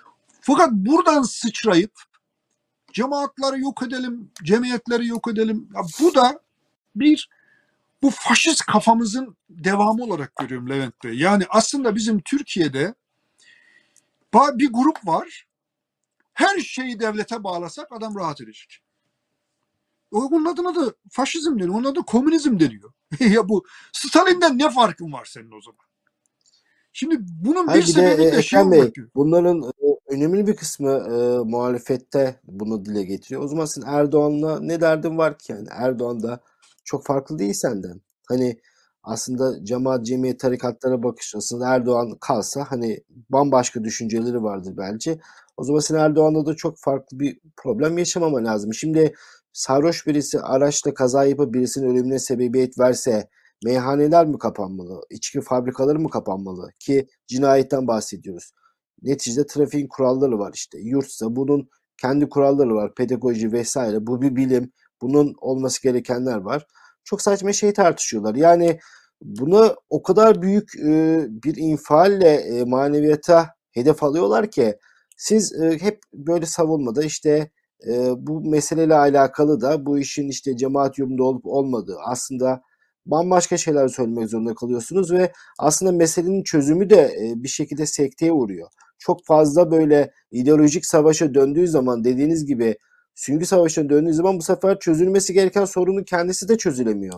Speaker 3: Fakat buradan sıçrayıp cemaatleri yok edelim, cemiyetleri yok edelim. Ya bu da bir bu faşist kafamızın devamı olarak görüyorum Levent Bey. Yani aslında bizim Türkiye'de bir grup var. Her şeyi devlete bağlasak adam rahat edecek. Onun adına da faşizm deniyor. Onun adı komünizm deniyor. Ya bu Stalin'den ne farkın var senin o zaman? Şimdi bunun
Speaker 1: Hayır
Speaker 3: bir
Speaker 1: bir de e,
Speaker 3: sebebi de şey
Speaker 1: Ekrem Bey
Speaker 3: olmak gibi.
Speaker 1: bunların e, önemli bir kısmı e, muhalefette bunu dile getiriyor. O zaman senin Erdoğan'la ne derdin var ki yani? Erdoğan da çok farklı değil senden. Hani aslında cemaat, cemiyet, tarikatlara bakış aslında Erdoğan kalsa hani bambaşka düşünceleri vardır bence. O zaman senin Erdoğan'la da çok farklı bir problem yaşamama lazım. Şimdi sarhoş birisi araçla kaza yapıp birisinin ölümüne sebebiyet verse meyhaneler mi kapanmalı? İçki fabrikaları mı kapanmalı? Ki cinayetten bahsediyoruz. Neticede trafiğin kuralları var işte. Yurtsa bunun kendi kuralları var. Pedagoji vesaire. Bu bir bilim. Bunun olması gerekenler var. Çok saçma şey tartışıyorlar. Yani buna o kadar büyük e, bir infialle e, maneviyata hedef alıyorlar ki siz e, hep böyle savunmada işte e, bu meseleyle alakalı da bu işin işte cemaat yolunda olup olmadığı aslında bambaşka şeyler söylemek zorunda kalıyorsunuz ve aslında meselenin çözümü de e, bir şekilde sekteye uğruyor. Çok fazla böyle ideolojik savaşa döndüğü zaman dediğiniz gibi süngü savaşına döndüğü zaman bu sefer çözülmesi gereken sorunun kendisi de çözülemiyor.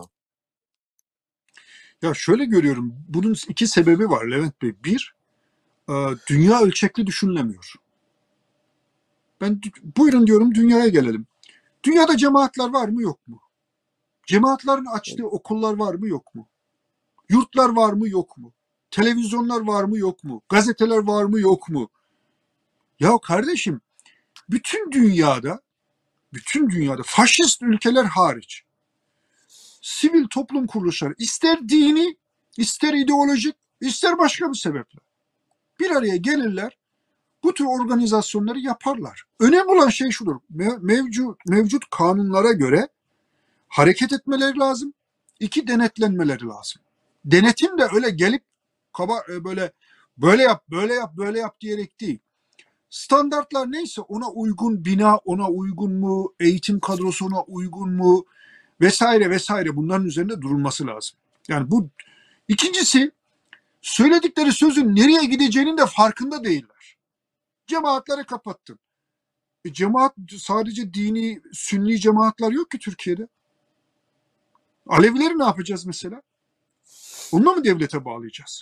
Speaker 3: Ya şöyle görüyorum. Bunun iki sebebi var Levent Bey. Bir, e, dünya ölçekli düşünülemiyor. Ben buyurun diyorum dünyaya gelelim. Dünyada cemaatler var mı yok mu? Cemaatlerin açtığı okullar var mı yok mu? Yurtlar var mı yok mu? Televizyonlar var mı yok mu? Gazeteler var mı yok mu? Ya kardeşim bütün dünyada bütün dünyada faşist ülkeler hariç sivil toplum kuruluşları ister dini ister ideolojik ister başka bir sebeple bir araya gelirler bu tür organizasyonları yaparlar. Önemli olan şey şudur. Mevcut, mevcut kanunlara göre hareket etmeleri lazım. İki, denetlenmeleri lazım. Denetim de öyle gelip kaba böyle böyle yap, böyle yap, böyle yap diyerek değil. Standartlar neyse ona uygun bina, ona uygun mu, eğitim kadrosu ona uygun mu vesaire vesaire bunların üzerinde durulması lazım. Yani bu ikincisi söyledikleri sözün nereye gideceğinin de farkında değiller. Cemaatleri kapattın. E cemaat sadece dini, sünni cemaatler yok ki Türkiye'de. Alevileri ne yapacağız mesela? Onu mu devlete bağlayacağız?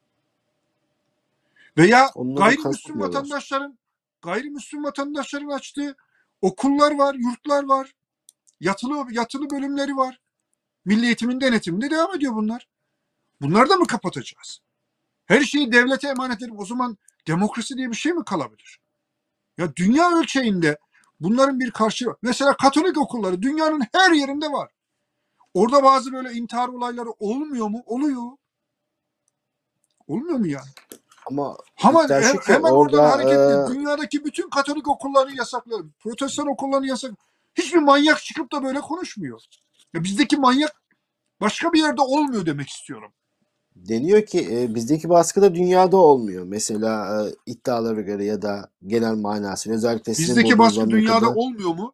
Speaker 3: Veya
Speaker 1: Onları
Speaker 3: gayrimüslim
Speaker 1: kastetmiyorlar.
Speaker 3: vatandaşların gayrimüslim vatandaşların açtığı okullar var, yurtlar var. Yatılı yatılı bölümleri var. Milli Eğitim'in denetiminde devam ediyor bunlar. Bunları da mı kapatacağız? Her şeyi devlete emanet edip o zaman demokrasi diye bir şey mi kalabilir? Ya dünya ölçeğinde bunların bir karşılığı. Mesela Katolik okulları dünyanın her yerinde var. Orada bazı böyle intihar olayları olmuyor mu? Oluyor. Olmuyor mu yani?
Speaker 1: Ama
Speaker 3: Ama
Speaker 1: iddia şu
Speaker 3: he-
Speaker 1: ki
Speaker 3: hemen oradan
Speaker 1: orada
Speaker 3: hareketle
Speaker 1: e,
Speaker 3: dünyadaki bütün Katolik okullarını yasaklayalım. Protestan okullarını yasak. Hiçbir manyak çıkıp da böyle konuşmuyor. Ya bizdeki manyak başka bir yerde olmuyor demek istiyorum.
Speaker 1: deniyor ki e, bizdeki baskı da dünyada olmuyor. Mesela e, iddialara göre ya da genel manasıyla özellikle sizin
Speaker 3: Bizdeki
Speaker 1: bulunduğunuz
Speaker 3: baskı dünyada
Speaker 1: Amerika'da
Speaker 3: olmuyor mu?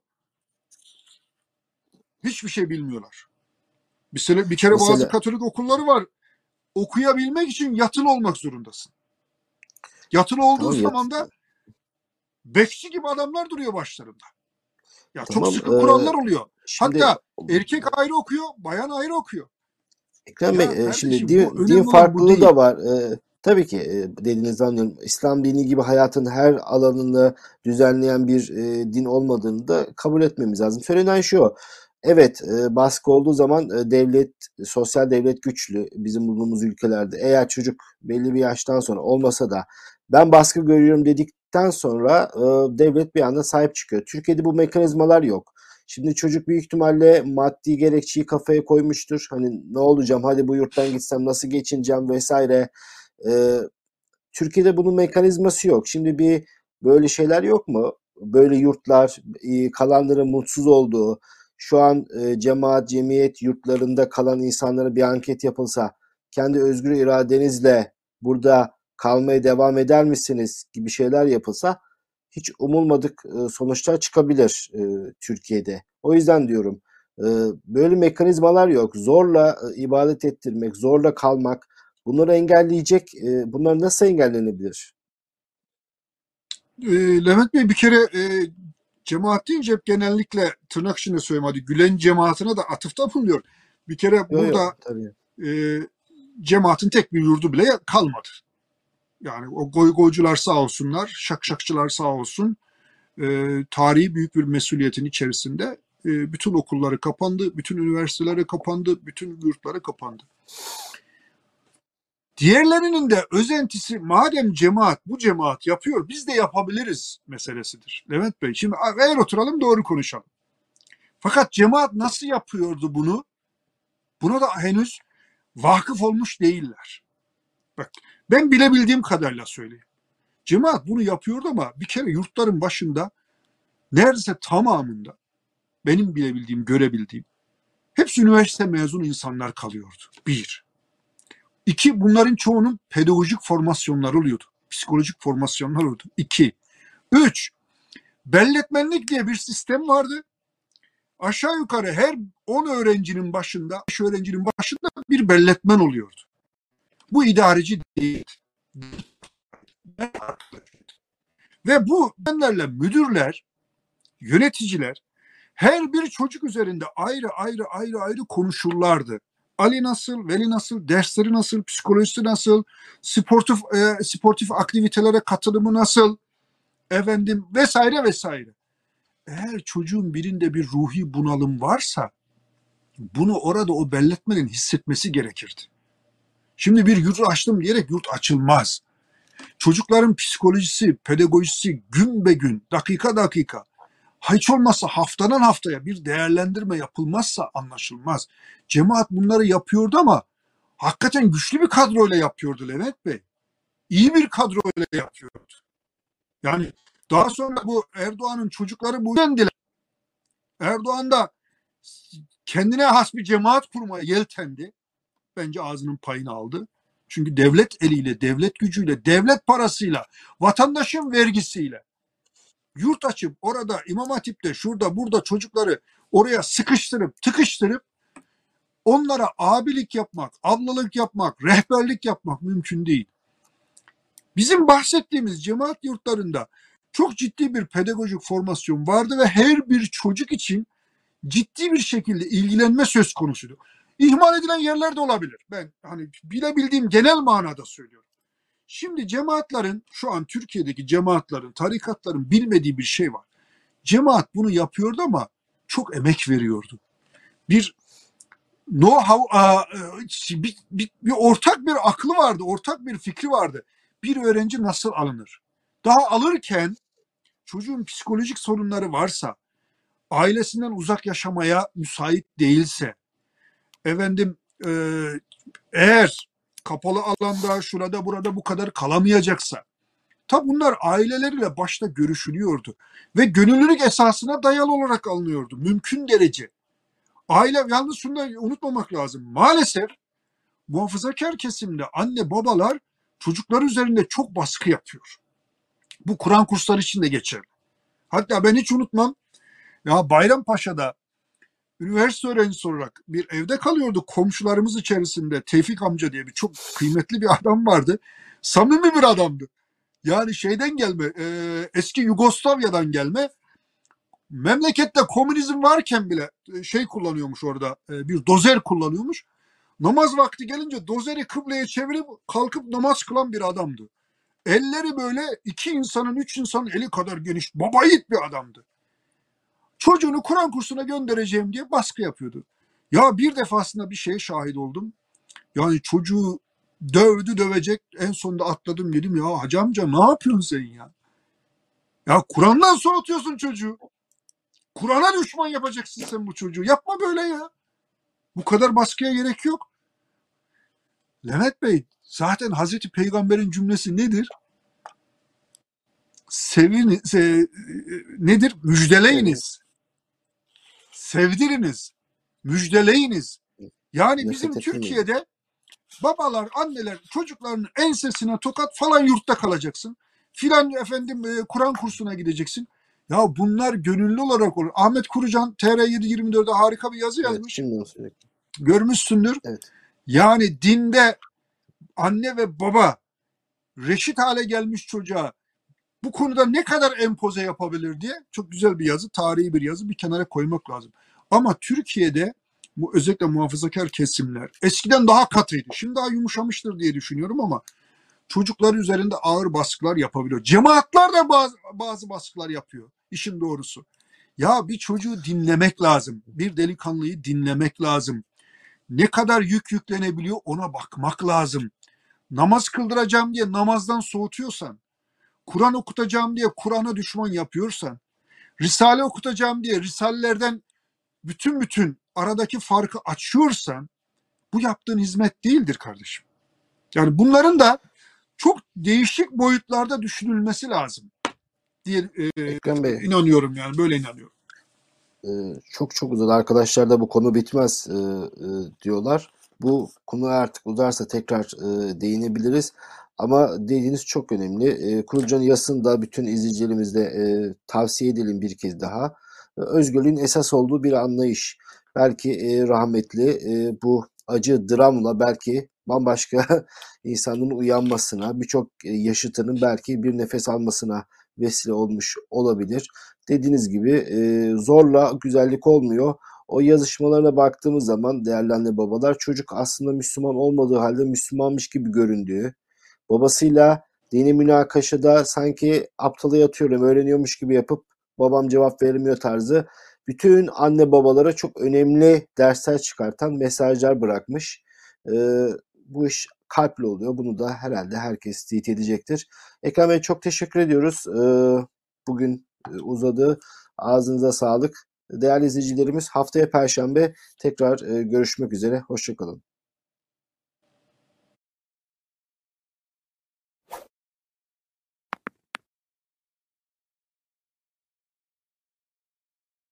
Speaker 3: Hiçbir şey bilmiyorlar. Bir, sene, bir kere bazı
Speaker 1: mesela
Speaker 3: Katolik okulları var. Okuyabilmek için yatılı olmak zorundasın. Yatılı olduğu
Speaker 1: tamam ya
Speaker 3: zaman da bekçi gibi adamlar duruyor başlarında. Ya çok
Speaker 1: tamam
Speaker 3: sıkı
Speaker 1: e,
Speaker 3: kurallar oluyor.
Speaker 1: şimdi
Speaker 3: Hatta erkek ayrı okuyor, bayan ayrı okuyor.
Speaker 1: Ekrem
Speaker 3: Ya
Speaker 1: Bey, e, şimdi
Speaker 3: kardeşim bu
Speaker 1: din, din
Speaker 3: önemli olan bu
Speaker 1: farklılığı
Speaker 3: değil.
Speaker 1: da var. E, tabii ki e, dediğinizi anlıyorum. İslam dini gibi hayatın her alanını düzenleyen bir e, din olmadığını da kabul etmemiz lazım. Söylenen şu, evet e, baskı olduğu zaman e, devlet, sosyal devlet güçlü bizim bulunduğumuz ülkelerde. Eğer çocuk belli bir yaştan sonra olmasa da ben baskı görüyorum dedikten sonra e, devlet bir anda sahip çıkıyor. Türkiye'de bu mekanizmalar yok. Şimdi çocuk büyük ihtimalle maddi gerekçeyi kafaya koymuştur. Hani ne olacağım, hadi bu yurttan gitsem nasıl geçineceğim vesaire. Ee, Türkiye'de bunun mekanizması yok. Şimdi bir böyle şeyler yok mu? Böyle yurtlar, e, kalanların mutsuz olduğu, şu an e, cemaat, cemiyet yurtlarında kalan insanlara bir anket yapılsa, kendi özgür iradenizle burada kalmaya devam eder misiniz gibi şeyler yapılsa hiç umulmadık e, sonuçlar çıkabilir e, Türkiye'de. O yüzden diyorum e, böyle mekanizmalar yok. Zorla e, ibadet ettirmek, zorla kalmak bunları engelleyecek. E, bunlar nasıl engellenebilir?
Speaker 3: E, Levent Bey bir kere e, cemaat deyince hep genellikle tırnak içinde söyleyeyim hadi Gülen cemaatine de atıfta bulunuyor. Bir kere
Speaker 1: Yok yok
Speaker 3: burada
Speaker 1: tabii.
Speaker 3: e, cemaatin tek bir yurdu bile kalmadı. Yani o goygoycular sağ olsunlar, şakşakçılar sağ olsun, e, tarihi büyük bir mesuliyetin içerisinde e, bütün okulları kapandı, bütün üniversiteleri kapandı, bütün yurtları kapandı. Diğerlerinin de özentisi madem cemaat bu cemaat yapıyor biz de yapabiliriz meselesidir. Levent Bey şimdi eğer oturalım doğru konuşalım. Fakat cemaat nasıl yapıyordu bunu? Buna da henüz vakıf olmuş değiller. Bak ben bilebildiğim kadarıyla söyleyeyim. Cemaat bunu yapıyordu ama bir kere yurtların başında neredeyse tamamında benim bilebildiğim, görebildiğim hepsi üniversite mezunu insanlar kalıyordu. Bir. İki, bunların çoğunun pedagojik formasyonları oluyordu. Psikolojik formasyonlar oluyordu. İki. Üç, belletmenlik diye bir sistem vardı. Aşağı yukarı her on öğrencinin başında, beş öğrencinin başında bir belletmen oluyordu. Bu idareci değil. Ve bu belletmenlerle müdürler, yöneticiler her bir çocuk üzerinde ayrı ayrı ayrı ayrı konuşurlardı. Ali nasıl, Veli nasıl, dersleri nasıl, psikolojisi nasıl, sportif e, sportif aktivitelere katılımı nasıl, efendim vesaire vesaire. Eğer çocuğun birinde bir ruhi bunalım varsa bunu orada o belletmenin hissetmesi gerekirdi. Şimdi bir yurt açtım diyerek yurt açılmaz. Çocukların psikolojisi, pedagojisi gün be gün, dakika dakika, hiç olmazsa haftadan haftaya bir değerlendirme yapılmazsa anlaşılmaz. Cemaat bunları yapıyordu ama hakikaten güçlü bir kadroyla yapıyordu Levent Bey. İyi bir kadroyla yapıyordu. Yani daha sonra bu Erdoğan'ın çocukları bu yendiler. Erdoğan da kendine has bir cemaat kurmaya yeltendi. Bence ağzının payını aldı. Çünkü devlet eliyle, devlet gücüyle, devlet parasıyla, vatandaşın vergisiyle yurt açıp orada İmam Hatip'te şurada burada çocukları oraya sıkıştırıp tıkıştırıp onlara abilik yapmak, ablalık yapmak, rehberlik yapmak mümkün değil. Bizim bahsettiğimiz cemaat yurtlarında çok ciddi bir pedagojik formasyon vardı ve her bir çocuk için ciddi bir şekilde ilgilenme söz konusuydu. İhmal edilen yerler de olabilir. Ben hani bilebildiğim genel manada söylüyorum. Şimdi cemaatlerin, şu an Türkiye'deki cemaatlerin, tarikatların bilmediği bir şey var. Cemaat bunu yapıyordu ama çok emek veriyordu. Bir know-how, bir, bir, bir ortak bir aklı vardı, ortak bir fikri vardı. Bir öğrenci nasıl alınır? Daha alırken çocuğun psikolojik sorunları varsa, ailesinden uzak yaşamaya müsait değilse, efendim e, eğer kapalı alanda şurada burada bu kadar kalamayacaksa, tabi bunlar aileleriyle başta görüşülüyordu ve gönüllülük esasına dayalı olarak alınıyordu mümkün derece. Aile, yalnız şunu da unutmamak lazım, maalesef muhafazakar kesimde anne babalar çocuklar üzerinde çok baskı yapıyor. Bu Kur'an kursları için de geçerli. Hatta ben hiç unutmam, ya Bayrampaşa'da üniversite öğrencisi olarak bir evde kalıyorduk. Komşularımız içerisinde Tevfik amca diye bir çok kıymetli bir adam vardı. Samimi bir adamdı. Yani şeyden gelme, e, eski Yugoslavya'dan gelme. Memlekette komünizm varken bile şey kullanıyormuş orada, e, bir dozer kullanıyormuş. Namaz vakti gelince dozeri kıbleye çevirip kalkıp namaz kılan bir adamdı. Elleri böyle iki insanın, üç insanın eli kadar geniş, baba yiğit bir adamdı. Çocuğunu Kur'an kursuna göndereceğim diye baskı yapıyordu. Ya bir defasında bir şeye şahit oldum. Yani çocuğu dövdü dövecek, en sonunda atladım, dedim ya hacı amca ne yapıyorsun sen ya? Ya Kur'an'dan soğutuyorsun çocuğu. Kur'an'a düşman yapacaksın sen bu çocuğu. Yapma böyle ya. Bu kadar baskıya gerek yok. Levent Bey, zaten Hazreti Peygamber'in cümlesi nedir? Sevin, se, nedir? Müjdeleyiniz. Sevdiriniz. Müjdeleyiniz. Yani
Speaker 1: Nefret
Speaker 3: bizim
Speaker 1: etmeyin.
Speaker 3: Türkiye'de babalar, anneler çocuklarının ensesine tokat falan yurtta kalacaksın. Filan efendim e, Kur'an kursuna gideceksin. Ya bunlar gönüllü olarak olur. Ahmet Kurucan T R yedi yirmi dört'e harika bir yazı
Speaker 1: Evet,
Speaker 3: yazmış.
Speaker 1: şimdi onu söyleyecektim.
Speaker 3: Görmüşsündür.
Speaker 1: Evet.
Speaker 3: Yani dinde anne ve baba reşit hale gelmiş çocuğa bu konuda ne kadar empoze yapabilir diye çok güzel bir yazı, tarihi bir yazı bir kenara koymak lazım. Ama Türkiye'de bu özellikle muhafazakar kesimler eskiden daha katıydı. Şimdi daha yumuşamıştır diye düşünüyorum ama çocuklar üzerinde ağır baskılar yapabiliyor. Cemaatler de bazı, bazı baskılar yapıyor. İşin doğrusu. Ya bir çocuğu dinlemek lazım. Bir delikanlıyı dinlemek lazım. Ne kadar yük yüklenebiliyor ona bakmak lazım. Namaz kıldıracağım diye namazdan soğutuyorsan, Kur'an okutacağım diye Kur'an'a düşman yapıyorsan, Risale okutacağım diye Risalelerden bütün bütün aradaki farkı açıyorsan bu yaptığın hizmet değildir kardeşim. Yani bunların da çok değişik boyutlarda düşünülmesi lazım diye e,
Speaker 1: Ekrem Bey,
Speaker 3: inanıyorum yani böyle inanıyorum.
Speaker 1: e, çok çok uzadı. Arkadaşlar da bu konu bitmez e, e, diyorlar. Bu konu artık uzarsa tekrar e, değinebiliriz. Ama dediğiniz çok önemli. E, Kurucan'ın yazısını da bütün izleyicilerimizle e, tavsiye edelim bir kez daha. E, özgürlüğün esas olduğu bir anlayış. Belki e, rahmetli e, bu acı dramla belki bambaşka insanların uyanmasına, birçok e, yaşıtının belki bir nefes almasına vesile olmuş olabilir. Dediğiniz gibi e, zorla güzellik olmuyor. O yazışmalarına baktığımız zaman değerli anne babalar çocuk aslında Müslüman olmadığı halde Müslümanmış gibi göründüğü, babasıyla dini münakaşada sanki aptala yatıyorum öğreniyormuş gibi yapıp babam cevap vermiyor tarzı bütün anne babalara çok önemli dersler çıkartan mesajlar bırakmış. Ee, bu iş kalple oluyor. Bunu da herhalde herkes teyit edecektir. Ekrem Bey çok teşekkür ediyoruz. Ee, bugün e, uzadı. Ağzınıza sağlık. Değerli izleyicilerimiz haftaya Perşembe tekrar e, görüşmek üzere. Hoşça kalın.